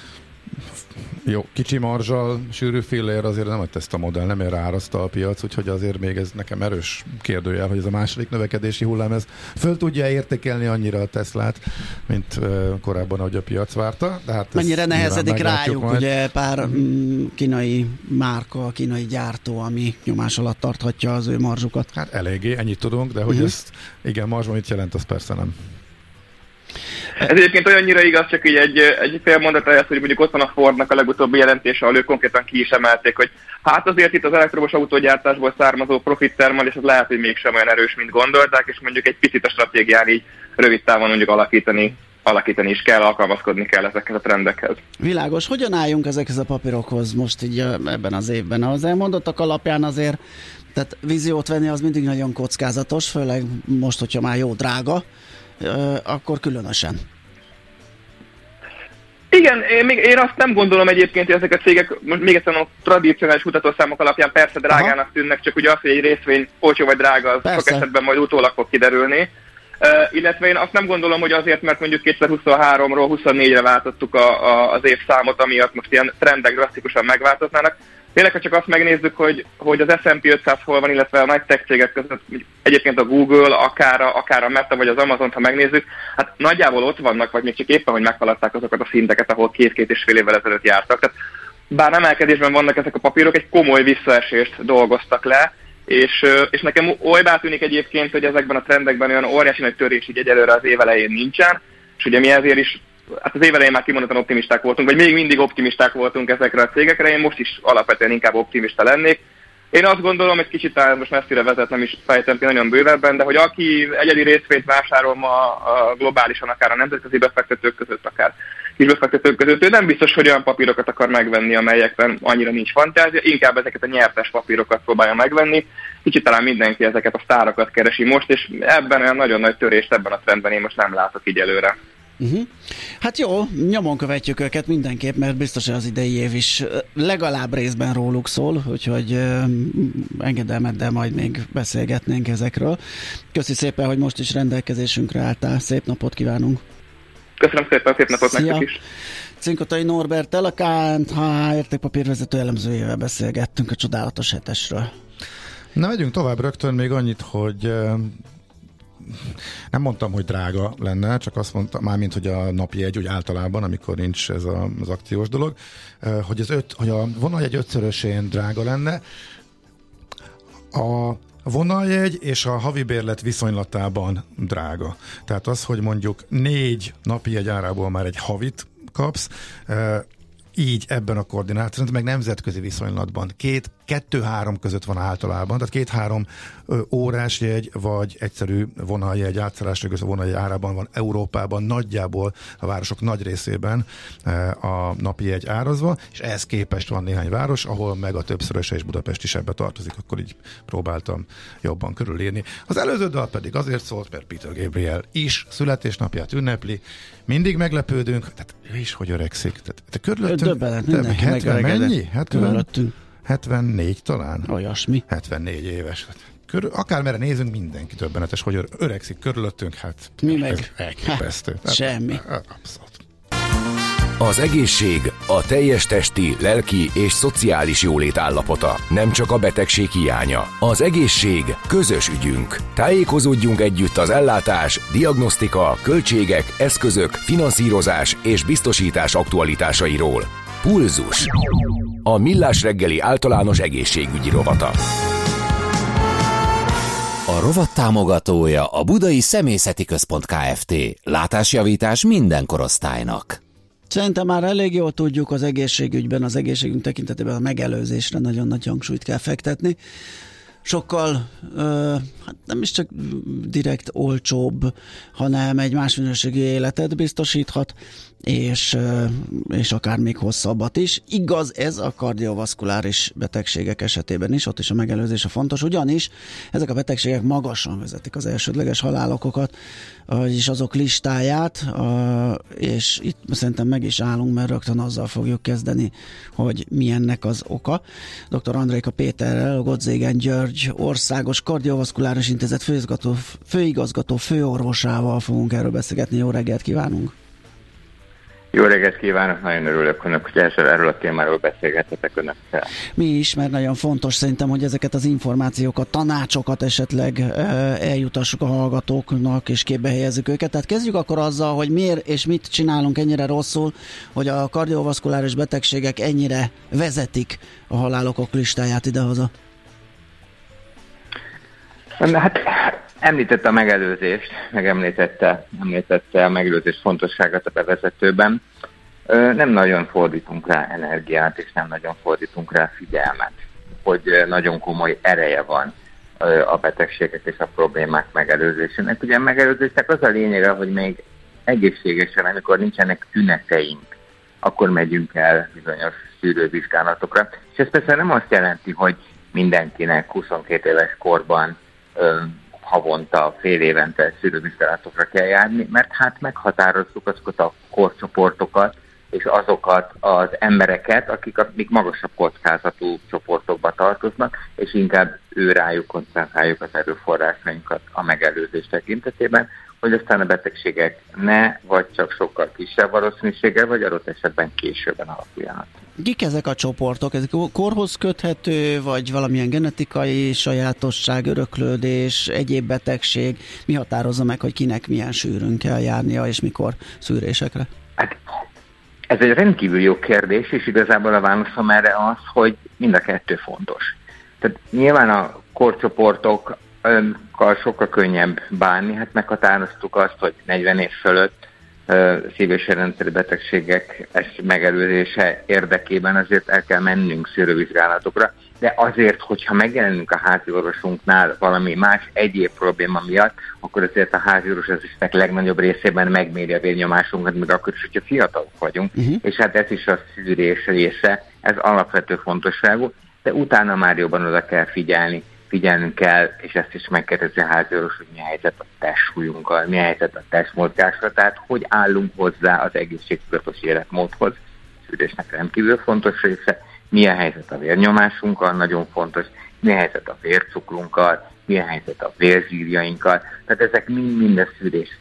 Jó, kicsi marzsal, sűrű fillér azért nem ezt a modell, nem erre áraszta a piac, úgyhogy azért még ez nekem erős kérdőjel, hogy ez a második növekedési hullám, ez föl tudja értékelni annyira a Teslát, mint uh, korábban, ahogy a piac várta. De hát mennyire nehezedik rájuk, majd. Ugye pár mm, kínai márka, kínai gyártó, ami nyomás alatt tarthatja az ő marzsukat. Hát eléggé, ennyit tudunk, de hogy uh-huh. ezt, igen, marzs, mit jelent, az persze nem. Ez egyébként olyannyira igaz, csak így egy, egy fél mondata ez, hogy mondjuk ott van a Fordnak a legutóbbi jelentése, ahol ők konkrétan ki is emelték, hogy hát azért itt az elektromos autógyártásból származó profittermelés, és az lehet, hogy mégsem olyan erős, mint gondolták, és mondjuk egy picit a stratégián így rövid távon mondjuk alakítani, alakítani is kell, alkalmazkodni kell ezekhez a trendekhez. Világos, hogyan álljunk ezekhez a papírokhoz most így ebben az évben? Az elmondottak alapján azért, tehát víziót venni az mindig nagyon kockázatos, főleg most, hogyha már jó drága, akkor különösen. Igen, én, még, én azt nem gondolom egyébként, hogy ezek a cégek, most még egyszer a tradicionális mutatószámok alapján persze drágának Aha. tűnnek, csak ugye az, hogy egy részvény olcsó vagy drága, az persze. sok esetben majd utólag fog kiderülni. Uh, illetve én azt nem gondolom, hogy azért, mert mondjuk kétezer-huszonháromról huszonnégyre váltottuk a, a, az évszámot, amiatt most ilyen trendek drasztikusan megváltoznának. Tényleg, ha csak azt megnézzük, hogy, hogy az es and pé ötszáz hol van, illetve a nagy tech cégek között, egyébként a Google, akár a, akár a Meta vagy az Amazon, ha megnézzük, hát nagyjából ott vannak, vagy még csak éppen, hogy meghaladták azokat a szinteket, ahol két-két és fél évvel ezelőtt jártak. Tehát bár emelkedésben vannak ezek a papírok, egy komoly visszaesést dolgoztak le, és, és nekem olybá tűnik egyébként, hogy ezekben a trendekben olyan óriási nagy törés így egyelőre az év elején nincsen, és ugye mi ezért is hát az év elején már kimondottan optimisták voltunk, vagy még mindig optimisták voltunk ezekre a cégekre, én most is alapvetően inkább optimista lennék. Én azt gondolom, egy kicsit talán most messzire vezet, nem is fejtem ki nagyon bővebben, de hogy aki egyedi részvényt vásárol ma a globálisan, akár a nemzetközi befektetők között, akár kisbefektetők között, ő nem biztos, hogy olyan papírokat akar megvenni, amelyekben annyira nincs fantázia, inkább ezeket a nyertes papírokat próbálja megvenni. Kicsit talán mindenki ezeket a sztárokat keresi most, és ebben olyan nagyon nagy törést ebben a trendben én most nem látok így előre. Uh-huh. Hát jó, nyomon követjük őket mindenképp, mert biztos, hogy az idei év is legalább részben róluk szól, úgyhogy uh, engedelmeddel majd még beszélgetnénk ezekről. Köszi szépen, hogy most is rendelkezésünkre álltál. Szép napot kívánunk! Köszönöm szépen, szép napot Szia. nektek is! Cinkotai Norberttel, a ká en há értékpapírvezető elemzőjével beszélgettünk a csodálatos hetesről. Na, megyünk tovább rögtön, még annyit, hogy nem mondtam, hogy drága lenne, csak azt mondtam, mármint, hogy a napi egy úgy általában, amikor nincs ez a, az akciós dolog, hogy, az öt, hogy a vonaljegy ötszörösén drága lenne. A vonaljegy és a havi bérlet viszonylatában drága. Tehát az, hogy mondjuk négy napi jegy árából már egy havit kapsz, így ebben a koordinációban, meg nemzetközi viszonylatban. Két, kettő-három között van általában, tehát két-három órás jegy, vagy egyszerű vonaljegy, átszállásra a vonaljegy árában van Európában, nagyjából a városok nagy részében a napi jegy árazva, és ehhez képest van néhány város, ahol meg a többszöröse és Budapest is ebbe tartozik, akkor így próbáltam jobban körülírni. Az előző dal pedig azért szólt, mert Peter Gabriel is születésnapját ünnepli, mindig meglepődünk, tehát ő is hogy öregszik. Tehát, te körülöttünk, döbbenet, mindenki hetven mennyi? hetven, hetvennégy talán? Olyasmi. hetvennégy éves. Körül, akármerre nézünk, mindenki döbbenetes, hogy öregszik körülöttünk, hát mi meg? Elképesztő. Hát, semmi. Abszolút. Az egészség a teljes testi, lelki és szociális jólét állapota, nem csak a betegség hiánya. Az egészség közös ügyünk. Tájékozódjunk együtt az ellátás, diagnosztika, költségek, eszközök, finanszírozás és biztosítás aktualitásairól. Pulzus. A Millás reggeli általános egészségügyi rovata. A rovat támogatója a Budai Szemészeti Központ Kft. Látásjavítás minden korosztálynak. Szerintem már elég jól tudjuk, az egészségügyben, az egészségünk tekintetében a megelőzésre nagyon nagy hangsúlyt kell fektetni. Sokkal, ö, hát nem is csak direkt olcsóbb, hanem egy más minőségű életet biztosíthat, és, ö, és akár még hosszabbat is. Igaz ez a kardiovaszkuláris betegségek esetében is, ott is a megelőzés a fontos, ugyanis ezek a betegségek magasan vezetik az elsődleges halálokokat, vagyis azok listáját, a, és itt szerintem meg is állunk, mert rögtön azzal fogjuk kezdeni, hogy mi ennek az oka. doktor Andréka Péterrel, a Gottszégen György Országos Kardiovaszkuláris Intézet főigazgató, főigazgató főorvosával fogunk erről beszélgetni. Jó reggelt kívánunk! Jó reggelt kívánok, nagyon örülök, hogy erről a témáról beszélgethetek önökkel. Mi is, mert nagyon fontos szerintem, hogy ezeket az információkat, tanácsokat esetleg eljutassuk a hallgatóknak, és képbe helyezzük őket. Tehát kezdjük akkor azzal, hogy miért és mit csinálunk ennyire rosszul, hogy a kardiovaszkuláris betegségek ennyire vezetik a halálokok listáját idehaza. Hát említette a megelőzést, meg említette, említette a megelőzés fontosságát a bevezetőben. Nem nagyon fordítunk rá energiát, és nem nagyon fordítunk rá figyelmet, hogy nagyon komoly ereje van a betegségek és a problémák megelőzésének. Ugye a megelőzésnek az a lényege, hogy még egészségesen, amikor nincsenek tüneteink, akkor megyünk el bizonyos szűrővizsgálatokra. És ez persze nem azt jelenti, hogy mindenkinek huszonkét éves korban havonta, fél évente szűrővizsgálatokra kell járni, mert hát meghatározzuk azokat a korcsoportokat, és azokat az embereket, akik a még magasabb kockázatú csoportokba tartoznak, és inkább ő rájuk koncentráljuk az erőforrásainkat a megelőzés tekintetében, hogy aztán a betegségek ne, vagy csak sokkal kisebb valószínűséggel, vagy adott esetben későbben alakuljanak. Kik ezek a csoportok? Ez korhoz köthető, vagy valamilyen genetikai sajátosság, öröklődés, egyéb betegség? Mi határozza meg, hogy kinek milyen sűrűn kell járnia, és mikor szűrésekre? Hát, ez egy rendkívül jó kérdés, és igazából a válaszom erre az, hogy mind a kettő fontos. Tehát nyilván a korcsoportokkal sokkal könnyebb bánni, hát meghatároztuk azt, hogy negyven év fölött szív- és érrendszeri betegségek megelőzése érdekében azért el kell mennünk szűrővizsgálatokra, de azért, hogyha megjelenünk a házi orvosunknál valami más egyéb probléma miatt, akkor azért a házi orvos az is legnagyobb részében megméri a vérnyomásunkat, még akkor is, hogyha fiatalok vagyunk, uh-huh. és hát ez is a szűrés része, ez alapvető fontosságú, de utána már jobban oda kell figyelni, figyelnünk kell, és ezt is megkérdezi a házi orvos, hogy mi a helyzet a testsúlyunkkal, mi a helyzet a testmozgásra, tehát hogy állunk hozzá az egészségtudatos életmódhoz. A szűrésnek rendkívül fontos része, mi a helyzet a vérnyomásunkkal, nagyon fontos, mi a helyzet a vércukrunkkal, mi a helyzet a vérzsírjainkkal, tehát ezek mind-mind a szűrés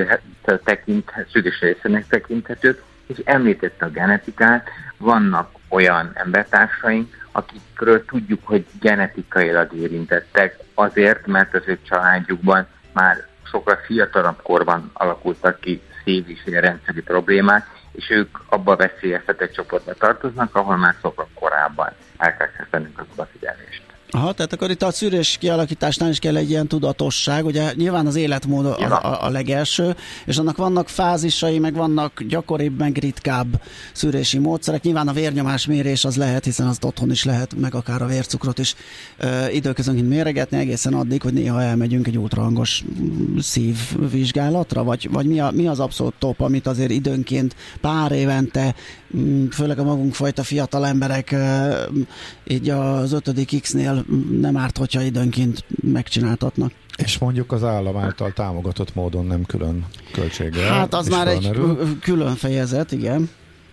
részének tekinthetők, és említette a genetikát, vannak olyan embertársaink, akikről tudjuk, hogy genetikailag érintettek, azért, mert az ő családjukban már sokkal fiatalabb korban alakultak ki szív- és rendszeri problémák, és ők abba a veszélyeztetett csoportba tartoznak, ahol már sokkal korábban el kell kezdenünk az odafigyelést. Aha, tehát akkor itt a szűrés kialakításnál is kell egy ilyen tudatosság, ugye nyilván az életmód a, a, a legelső, és annak vannak fázisai, meg vannak gyakoribb, meg ritkább szűrési módszerek. Nyilván a vérnyomásmérés az lehet, hiszen azt otthon is lehet, meg akár a vércukrot is ö, időközönként méregetni, egészen addig, hogy néha elmegyünk egy ultrahangos szívvizsgálatra, vagy, vagy mi, a, mi az abszolút top, amit azért időnként pár évente, főleg a magunk fajta fiatal emberek így az ötödik X-nél nem árt, hogyha időnként megcsináltatnak. És mondjuk az állam által támogatott módon, nem külön költséggel. Hát az már egy külön fejezet, igen.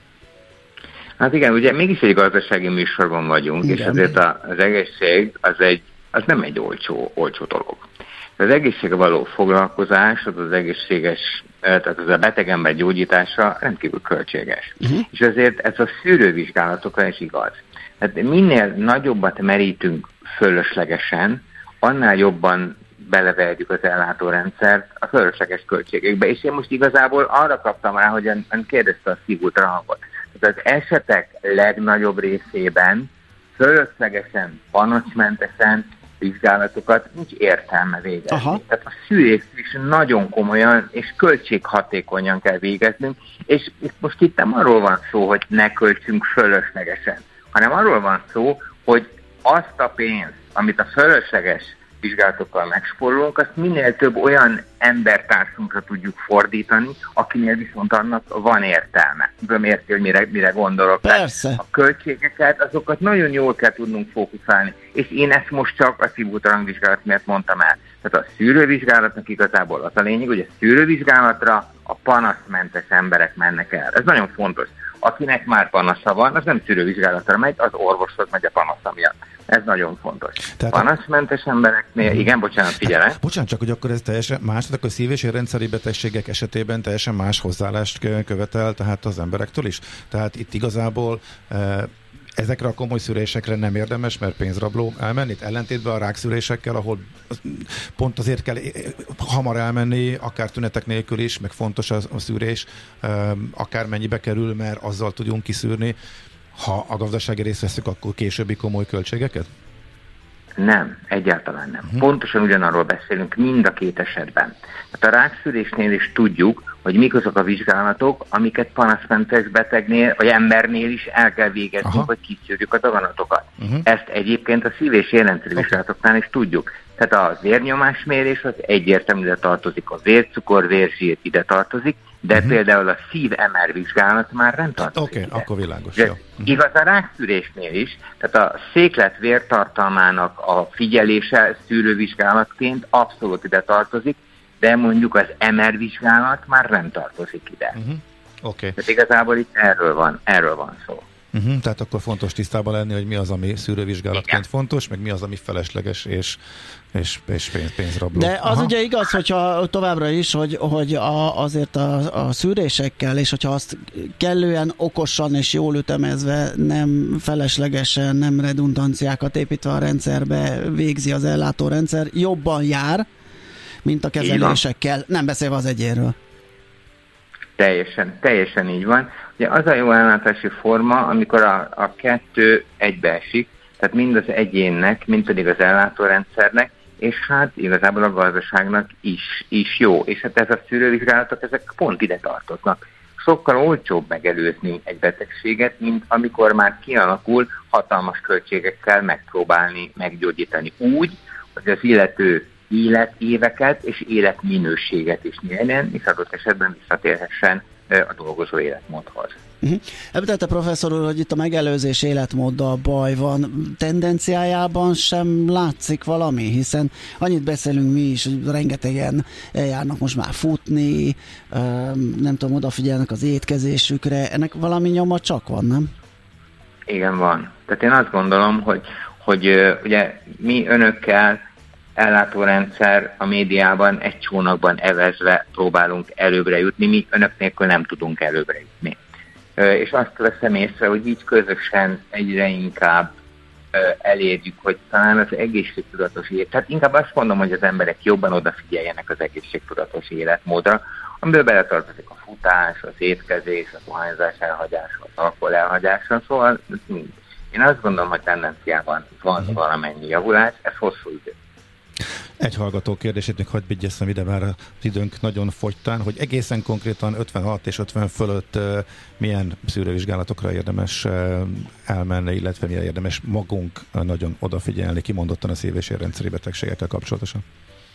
Hát igen, ugye mégis egy gazdasági műsorban vagyunk, igen. És azért az egészség az, egy, az nem egy olcsó, olcsó dolog. Az egészségre való foglalkozás, az az egészséges, tehát az a beteg ember gyógyítása rendkívül költséges. Uh-huh. És azért ez a szűrővizsgálatokra is igaz. Tehát minél nagyobbat merítünk fölöslegesen, annál jobban beleverjük az ellátórendszert a fölösleges költségekbe. És én most igazából arra kaptam rá, hogy ön, ön kérdezte a szívultrahangot. Tehát az esetek legnagyobb részében fölöslegesen, panaszmentesen vizsgálatokat nincs értelme végezni. Aha. Tehát a szűrést is nagyon komolyan és költséghatékonyan kell végeznünk, és most itt nem arról van szó, hogy ne költsünk fölöslegesen, hanem arról van szó, hogy azt a pénzt, amit a fölösleges vizsgálatokkal megspórolunk, azt minél több olyan embertársunkra tudjuk fordítani, akinél viszont annak van értelme. Nem érti, hogy mire, mire gondolok. Persze. A költségeket, azokat nagyon jól kell tudnunk fókuszálni. És én ezt most csak a szívultrahangvizsgálat miatt mondtam el. Tehát a szűrővizsgálatnak igazából az a lényeg, hogy a szűrővizsgálatra a panaszmentes emberek mennek el. Ez nagyon fontos. Akinek már panasza van, az nem szűrővizsgálatra megy, az orvoshoz megy a panasza miatt. Ez nagyon fontos. Tehát panaszmentes embereknél, igen, bocsánat, figyelek. Bocsánat, csak hogy akkor ez teljesen más, tehát akkor szív- és érrendszeri betegségek esetében teljesen más hozzáállást követel, tehát az emberektől is. Tehát itt igazából e, ezekre a komoly szűrésekre nem érdemes, mert pénzrabló elmenni. Itt ellentétben a rákszűrésekkel, ahol pont azért kell hamar elmenni, akár tünetek nélkül is, meg fontos a, a szűrés, e, akár mennyibe kerül, mert azzal tudjunk kiszűrni. Ha a gazdasági részt veszük, akkor későbbi komoly költségeket? Nem, egyáltalán nem. Uh-huh. Pontosan ugyanarról beszélünk mind a két esetben. Tehát a rákszűrésnél is tudjuk, hogy mik azok a vizsgálatok, amiket panaszmentes betegnél, vagy embernél is el kell végezni, hogy kiszűrjük a daganatokat. Uh-huh. Ezt egyébként a szív- és érrendszeri okay. vizsgálatoknál is tudjuk. Tehát a vérnyomásmérés az egyértelmű ide tartozik, a vércukor, vérzsír ide tartozik, de uh-huh. például a szív-em er vizsgálat már nem tartozik. Oké, okay, akkor világos. Jó. Uh-huh. Igaz a rákszűrésnél is, tehát a széklet vértartalmának a figyelése szűrővizsgálatként abszolút ide tartozik, de mondjuk az em er vizsgálat már nem tartozik ide. Uh-huh. Okay. Tehát igazából itt erről van, erről van szó. Uh-huh, tehát akkor fontos tisztában lenni, hogy mi az, ami szűrővizsgálatként fontos, meg mi az, ami felesleges és, és, és pénz, pénzrabló. De az Aha. ugye igaz, hogyha továbbra is, hogy, hogy a, azért a, a szűrésekkel, és hogyha azt kellően okosan és jól ütemezve, nem feleslegesen, nem redundanciákat építve a rendszerbe végzi az ellátórendszer, jobban jár, mint a kezelésekkel. Nem beszélve az egyéről. Teljesen, teljesen így van. Ugye az a jó ellátási forma, amikor a, a kettő egybeesik, tehát mind az egyénnek, mind pedig az ellátórendszernek, és hát igazából a gazdaságnak is, is jó. És hát ez a szűrővizsgálatok, ezek pont ide tartoznak. sokkal olcsóbb megelőzni egy betegséget, mint amikor már kialakul, hatalmas költségekkel megpróbálni meggyógyítani úgy, hogy az illető életéveket és életminőséget is nyerjen, és adott esetben visszatérhessen a dolgozó életmódhoz. Uh-huh. Említette professzor úr, hogy itt a megelőzés életmóddal baj van. Tendenciájában sem látszik valami, hiszen annyit beszélünk mi is, hogy rengetegen eljárnak most már futni, nem tudom, odafigyelnek az étkezésükre. Ennek valami nyoma csak van, nem? Igen, van. Tehát én azt gondolom, hogy, hogy ugye mi önökkel ellátórendszer a médiában egy csónakban evezve próbálunk előbbre jutni, mi önök nélkül nem tudunk előbbre jutni. És azt veszem észre, hogy így közösen egyre inkább elérjük, hogy talán az egészségtudatos élet, tehát inkább azt mondom, hogy az emberek jobban odafigyeljenek az egészségtudatos életmódra, amiből beletartozik a futás, az étkezés, a dohányzás elhagyása, az alkohol elhagyása, szóval én azt gondolom, hogy tendenciában van valamennyi javulás, ez hosszú idő. Egy hallgató kérdését még hadd vigyesszem ide, már az időnk nagyon fogytán, hogy egészen konkrétan ötvenhat és ötven fölött uh, milyen szűrővizsgálatokra érdemes uh, elmenni, illetve mire érdemes magunk uh, nagyon odafigyelni, kimondottan a szív- és érrendszeri betegségekkel kapcsolatosan?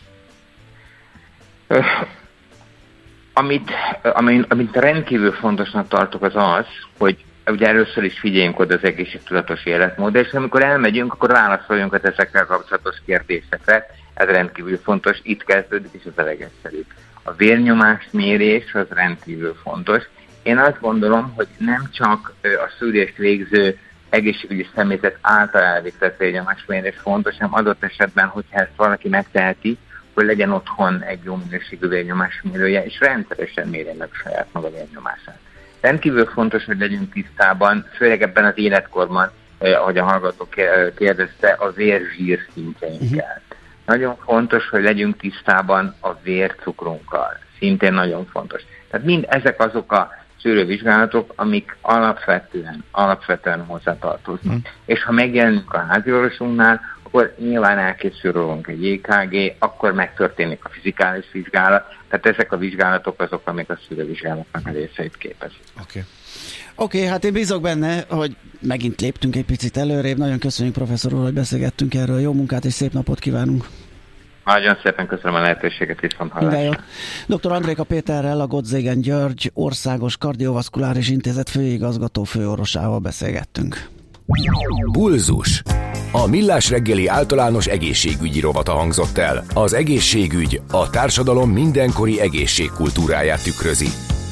Uh, amit, amit, amit rendkívül fontosnak tartok, az az, hogy ugye először is figyeljünk oda az egészségtudatos életmódra, és amikor elmegyünk, akkor válaszoljunk az ezekkel kapcsolatos kérdésekre. Ez rendkívül fontos, itt kezdődik, és az a legegyszerűbb. A vérnyomás mérés az rendkívül fontos. Én azt gondolom, hogy nem csak a szűrést végző egészségügyi személyzet által elvégzett vérnyomásmérés fontos, hanem adott esetben, hogyha ezt valaki megteheti, hogy legyen otthon egy jó minőségű vérnyomásmérője, és rendszeresen mérje meg saját maga vérnyomását. Rendkívül fontos, hogy legyünk tisztában, főleg ebben az életkorban, eh, ahogy a hallgató kérdezte, a vérzsír szintjeinkkel. Uh-huh. Nagyon fontos, hogy legyünk tisztában a vércukrunkkal. Szintén nagyon fontos. Tehát mind ezek azok a szűrővizsgálatok, amik alapvetően, alapvetően hozzátartoznak. Uh-huh. És ha megjelenünk a háziorvosunknál, akkor nyilván elkészül rólunk egy é ká gé, akkor megtörténik a fizikális vizsgálat, tehát ezek a vizsgálatok azok, amik a szűrővizsgálatnak a részeit képezik. Oké. Okay. Oké, okay, hát én bízok benne, hogy megint léptünk egy picit előrébb. Nagyon köszönjük, professzor úr, hogy beszélgettünk erről. Jó munkát és szép napot kívánunk! Nagyon szépen köszönöm a lehetőséget, viszont hallásra. doktor Andréka Péterrel, a Gottzegen György Országos Kardiovaszkuláris Intézet főigazgató főorvosával beszélgettünk. Pulzus. A Millás reggeli általános egészségügyi rovata hangzott el. Az egészségügy a társadalom mindenkori egészségkultúráját tükrözi.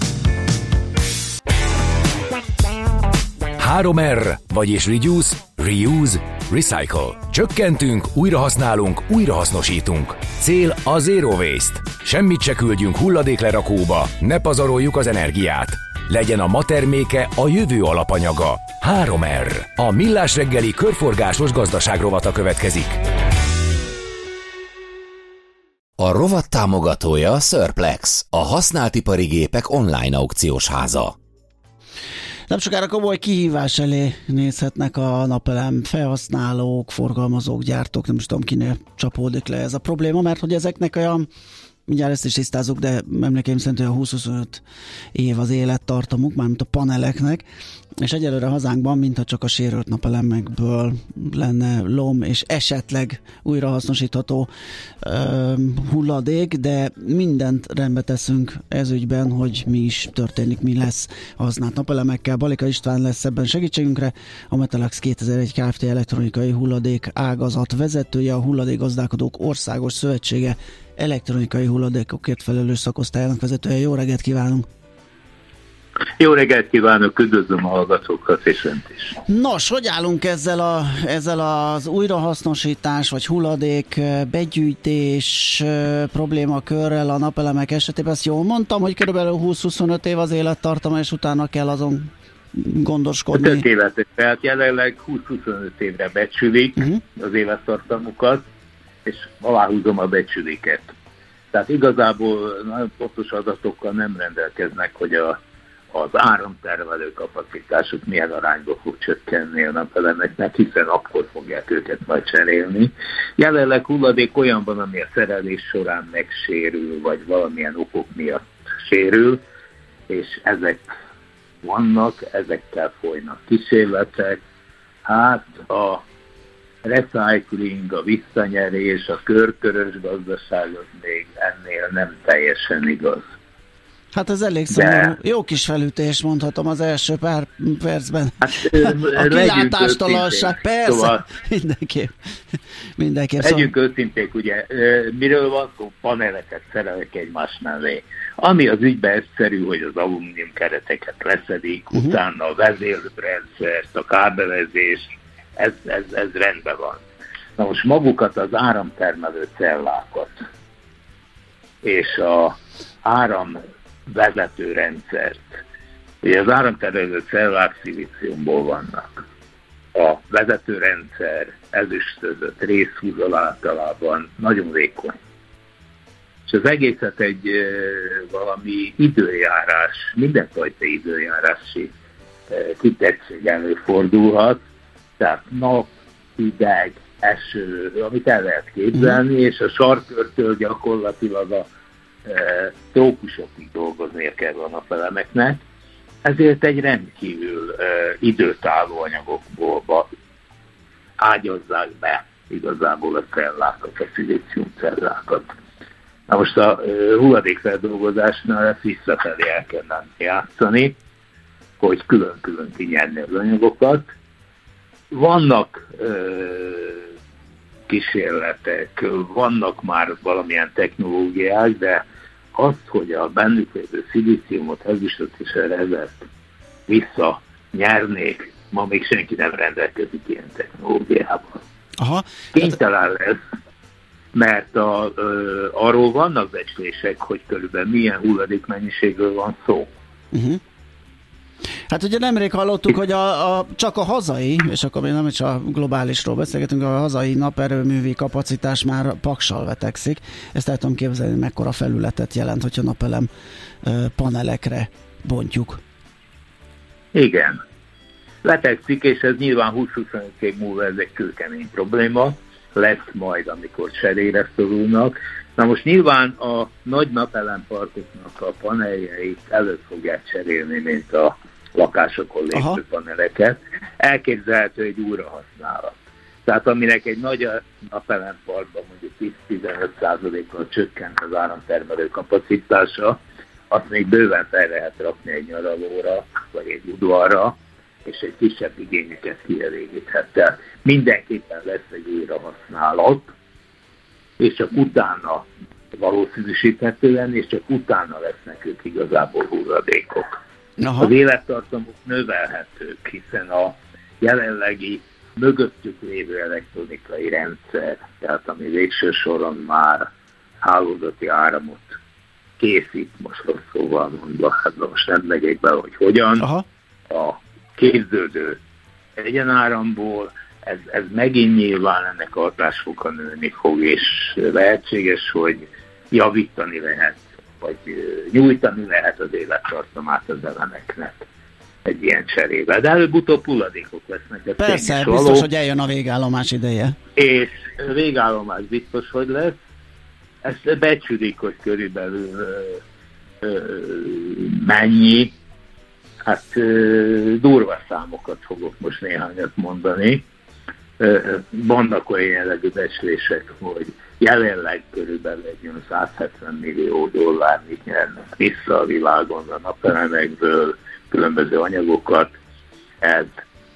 három er, vagyis Reduce, Reuse, Recycle. Csökkentünk, újrahasználunk, újrahasznosítunk. Cél a Zero Waste. Semmit se küldjünk hulladéklerakóba, ne pazaroljuk az energiát. Legyen a ma terméke a jövő alapanyaga. három er. A Millás reggeli körforgásos gazdaságrovata következik. A rovat támogatója a Surplex, a használt ipari gépek online aukciós háza. Nem sokára komoly kihívás elé nézhetnek a napelem felhasználók, forgalmazók, gyártók, nem is tudom, kinél csapódik le ez a probléma, mert hogy ezeknek olyan, mindjárt ezt is tisztázunk, de emlékeim szerint olyan húsz-huszonöt év az élettartamuk, mármint a paneleknek, és egyelőre hazánkban, mintha csak a sérült napelemekből lenne lom, és esetleg újrahasznosítható ö, hulladék, de mindent rendbe teszünk ez ügyben, hogy mi is történik, mi lesz a használt napelemekkel. Balika István lesz ebben segítségünkre, a Metalax kétezer-egy Kft. Elektronikai hulladék ágazat vezetője, a Hulladékgazdálkodók Országos Szövetsége elektronikai hulladékokért felelős szakosztályának vezetője. Jó reggelt kívánunk! Jó reggelt kívánok, üdvözlöm a hallgatókat és önt is. Nos, hogy állunk ezzel, a, ezzel az újrahasznosítás vagy hulladék begyűjtés problémakörrel a napelemek esetében? Ezt jól mondtam, hogy körülbelül húsz-huszonöt év az élettartama, és utána kell azon gondoskodni. Tökéletes, tehát jelenleg húsz-huszonöt évre becsülik uh-huh. az élettartamukat, és aláhúzom a becsüléket. Tehát igazából nagyon pontos adatokkal nem rendelkeznek, hogy a az áramtermelő kapacitásuk milyen arányba fog csökkenni a napelemeknek, hiszen akkor fogják őket majd cserélni. Jelenleg hulladék olyan van, ami a szerelés során megsérül, vagy valamilyen okok miatt sérül, és ezek vannak, ezekkel folynak kísérletek. Hát a recycling, a visszanyerés, a körkörös gazdaság az még ennél nem teljesen igaz. Hát ez elég szomorú. Jó kis felütés, mondhatom az első pár percben. Hát, a kilátástalanság, persze, szóval, mindenképp. mindenképp legyünk szóval... őszinték, ugye, miről van szó? Paneleket szerelek egymás mellé. Ami az ügyben egyszerű, hogy az alumínium kereteket leszedik, uh-huh. utána a vezérlőrendszert, a kábelezést, ez, ez, ez rendben van. Na most magukat az áramtermelő cellákat és a áramvezető rendszert, ugye az áramtermelő cellák szilíciumból vannak. A vezetőrendszer ezüstözött részhúzol általában nagyon vékony. És az egészet egy e, valami időjárás, mindenfajta időjárási e, kitettség előfordulhat, tehát nap, hideg, eső, amit el lehet képzelni, mm. és a sarkörtől gyakorlatilag a e, trópusokig dolgoznia kell a napelemeknek, ezért egy rendkívül e, időtálló anyagokból ágyazzák be igazából a cellákat, a szilícium cellákat. Na most a uh, hulladékfeldolgozásnál ezt visszafelé el kell játszani, hogy külön-külön kinyerni az anyagokat. Vannak uh, kísérletek, vannak már valamilyen technológiák, de az, hogy a bennük lévő szilíciumot, ezüstöt és rezert visszanyernék, ma még senki nem rendelkezik ilyen technológiával. Aha. Kénytelen lesz, mert a, ö, arról vannak becslések, hogy körülbelül milyen hulladékmennyiségről van szó. Uh-huh. Hát ugye nemrég hallottuk, hogy a, a, csak a hazai, és akkor még nem is a globálisról beszélgetünk, a hazai naperőművi kapacitás már paksal vetekszik. Ezt el tudom képzelni, mekkora felületet jelent, hogyha napelem ö, panelekre bontjuk. Igen. Vetekszik, és ez nyilván húsz-huszonöt év múlva ez egy kőkemény probléma lesz majd, amikor cserére szorulnak. Na most nyilván a nagy napelemparkoknak a paneljeit előtt fogják cserélni, mint a lakásokon lévő Aha. paneleket. Elképzelhető egy újrahasználat. Tehát aminek egy nagy napelemparkban mondjuk tíz-tizenöt százalékkal csökken az áramtermelő kapacitása, azt még bőven fel lehet rakni egy nyaralóra, vagy egy udvarra, és egy kisebb igényeket kielégíthet. Tehát mindenképpen lesz egy újrahasználat, és csak utána valószínűsíthetően, és csak utána lesznek ők igazából hulladékok. Aha. Az élettartamok növelhetők, hiszen a jelenlegi mögöttük lévő elektronikai rendszer, tehát ami végső soron már hálózati áramot készít, most rossz szóval mondva, hát most nem megyek be, hogy hogyan, Aha. a képződő egyenáramból, ez, ez megint nyilván ennek hatásfoka nőni fog, és lehetséges, hogy javítani lehet, vagy nyújtani lehet az élettartamát az elemeknek egy ilyen cserébe. De előbb-utóbb hulladékok lesznek. Persze, biztos, való, hogy eljön a végállomás ideje. És végállomás biztos, hogy lesz. Ezt becsülik, hogy körülbelül ö, ö, mennyi. Hát ö, durva számokat fogok most néhányat mondani. Ö, vannak olyan jellegű becslések, hogy jelenleg körülbelül egy százhetven millió dollárnyit nyernek vissza a világon a napelemekből, különböző anyagokat. Ez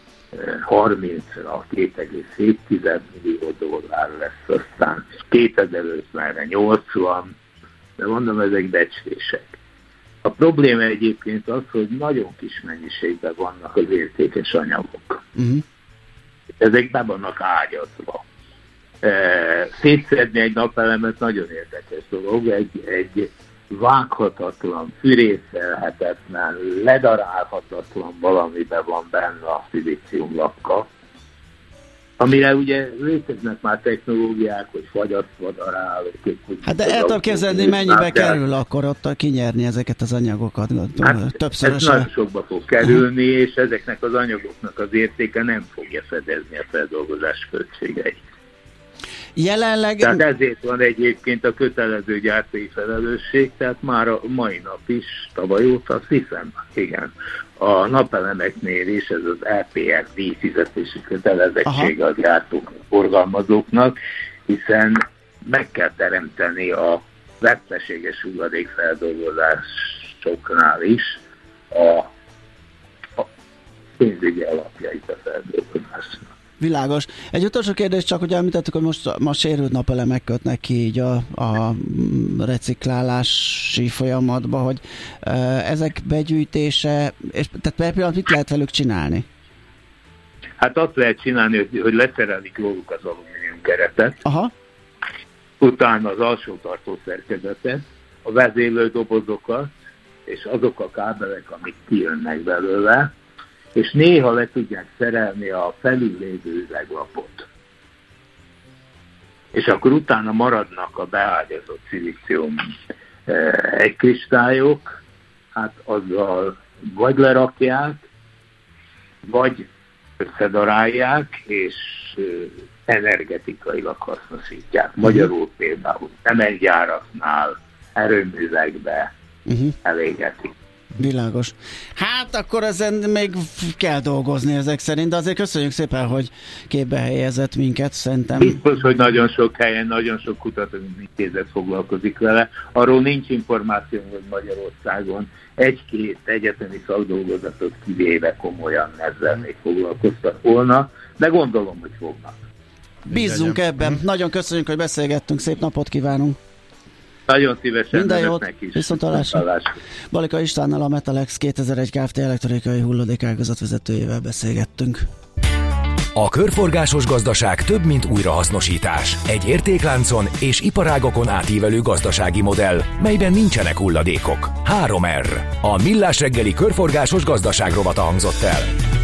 harmincra két egész hét millió dollár lesz, aztán kétezer-ötvenre nyolcvan, de mondom, ezek becslések. A probléma egyébként az, hogy nagyon kis mennyiségben vannak az értékes anyagok. Uh-huh. Ezek be vannak ágyazva. E, szétszedni egy napelemet nagyon érdekes dolog, egy, egy vághatatlan, fűrészelhetetlen, ledarálhatatlan valamiben van benne a szilíciumlapka, amire ugye léteznek már technológiák, hogy fagyasztva darálok. Hát de el tudom képzelni, mennyibe kerül akkor ott kinyerni ezeket az anyagokat? Hát többszörösen. Ez nagyon sokba fog kerülni, uh-huh. és ezeknek az anyagoknak az értéke nem fogja fedezni a feldolgozás költségeit. Jelenleg... Tehát ezért van egyébként a kötelező gyártói felelősség, tehát már a mai nap is, tavaly óta, azt hiszem, igen, a napelemeknél is ez az é pé er díj fizetési kötelezettsége a gyártók, forgalmazóknak, hiszen meg kell teremteni a veszteséges hulladékfeldolgozásoknál is a, a pénzügyi alapjait a feldolgozásnak. Világos. Egy utolsó kérdés csak, hogy említettük, hogy most, most sérült napelemek kötnek ki így a, a reciklálási folyamatba, hogy e, ezek begyűjtése, és tehát per pillanat mit lehet velük csinálni? Hát azt lehet csinálni, hogy, hogy leszerelik róluk az alumínium keretet, aha, utána az alsó tartó szerkezetet, a vezérlő dobozokat, és azok a kábelek, amik kijönnek belőle, és néha le tudják szerelni a felül lévő üveglapot. És akkor utána maradnak a beágyazott szilícium egykristályok, hát azzal vagy lerakják, vagy összedarálják, és energetikailag hasznosítják. Magyarul például szemegyáraknál, erőművekbe uh-huh. elégetik. Világos. Hát akkor ezen még kell dolgozni ezek szerint, de azért köszönjük szépen, hogy képbe helyezett minket, szerintem. Biztos, hogy nagyon sok helyen, nagyon sok kutatóintézet foglalkozik vele. Arról nincs információ, hogy Magyarországon egy-két egyetemi szakdolgozatot kivéve komolyan ezzel még foglalkoztak volna, de gondolom, hogy fognak. Bízzunk ebben. Hmm. Nagyon köszönjük, hogy beszélgettünk, szép napot kívánunk. Nagyon szívesen. Minden jót, viszont hallásra. Balika Istvánnal, a Metalex kétezer-egy Kft. Elektronikai hulladékágazat vezetőjével beszélgettünk. A körforgásos gazdaság több, mint újrahasznosítás. Egy értékláncon és iparágokon átívelő gazdasági modell, melyben nincsenek hulladékok. három er. A Millás reggeli körforgásos gazdaság rovata hangzott el.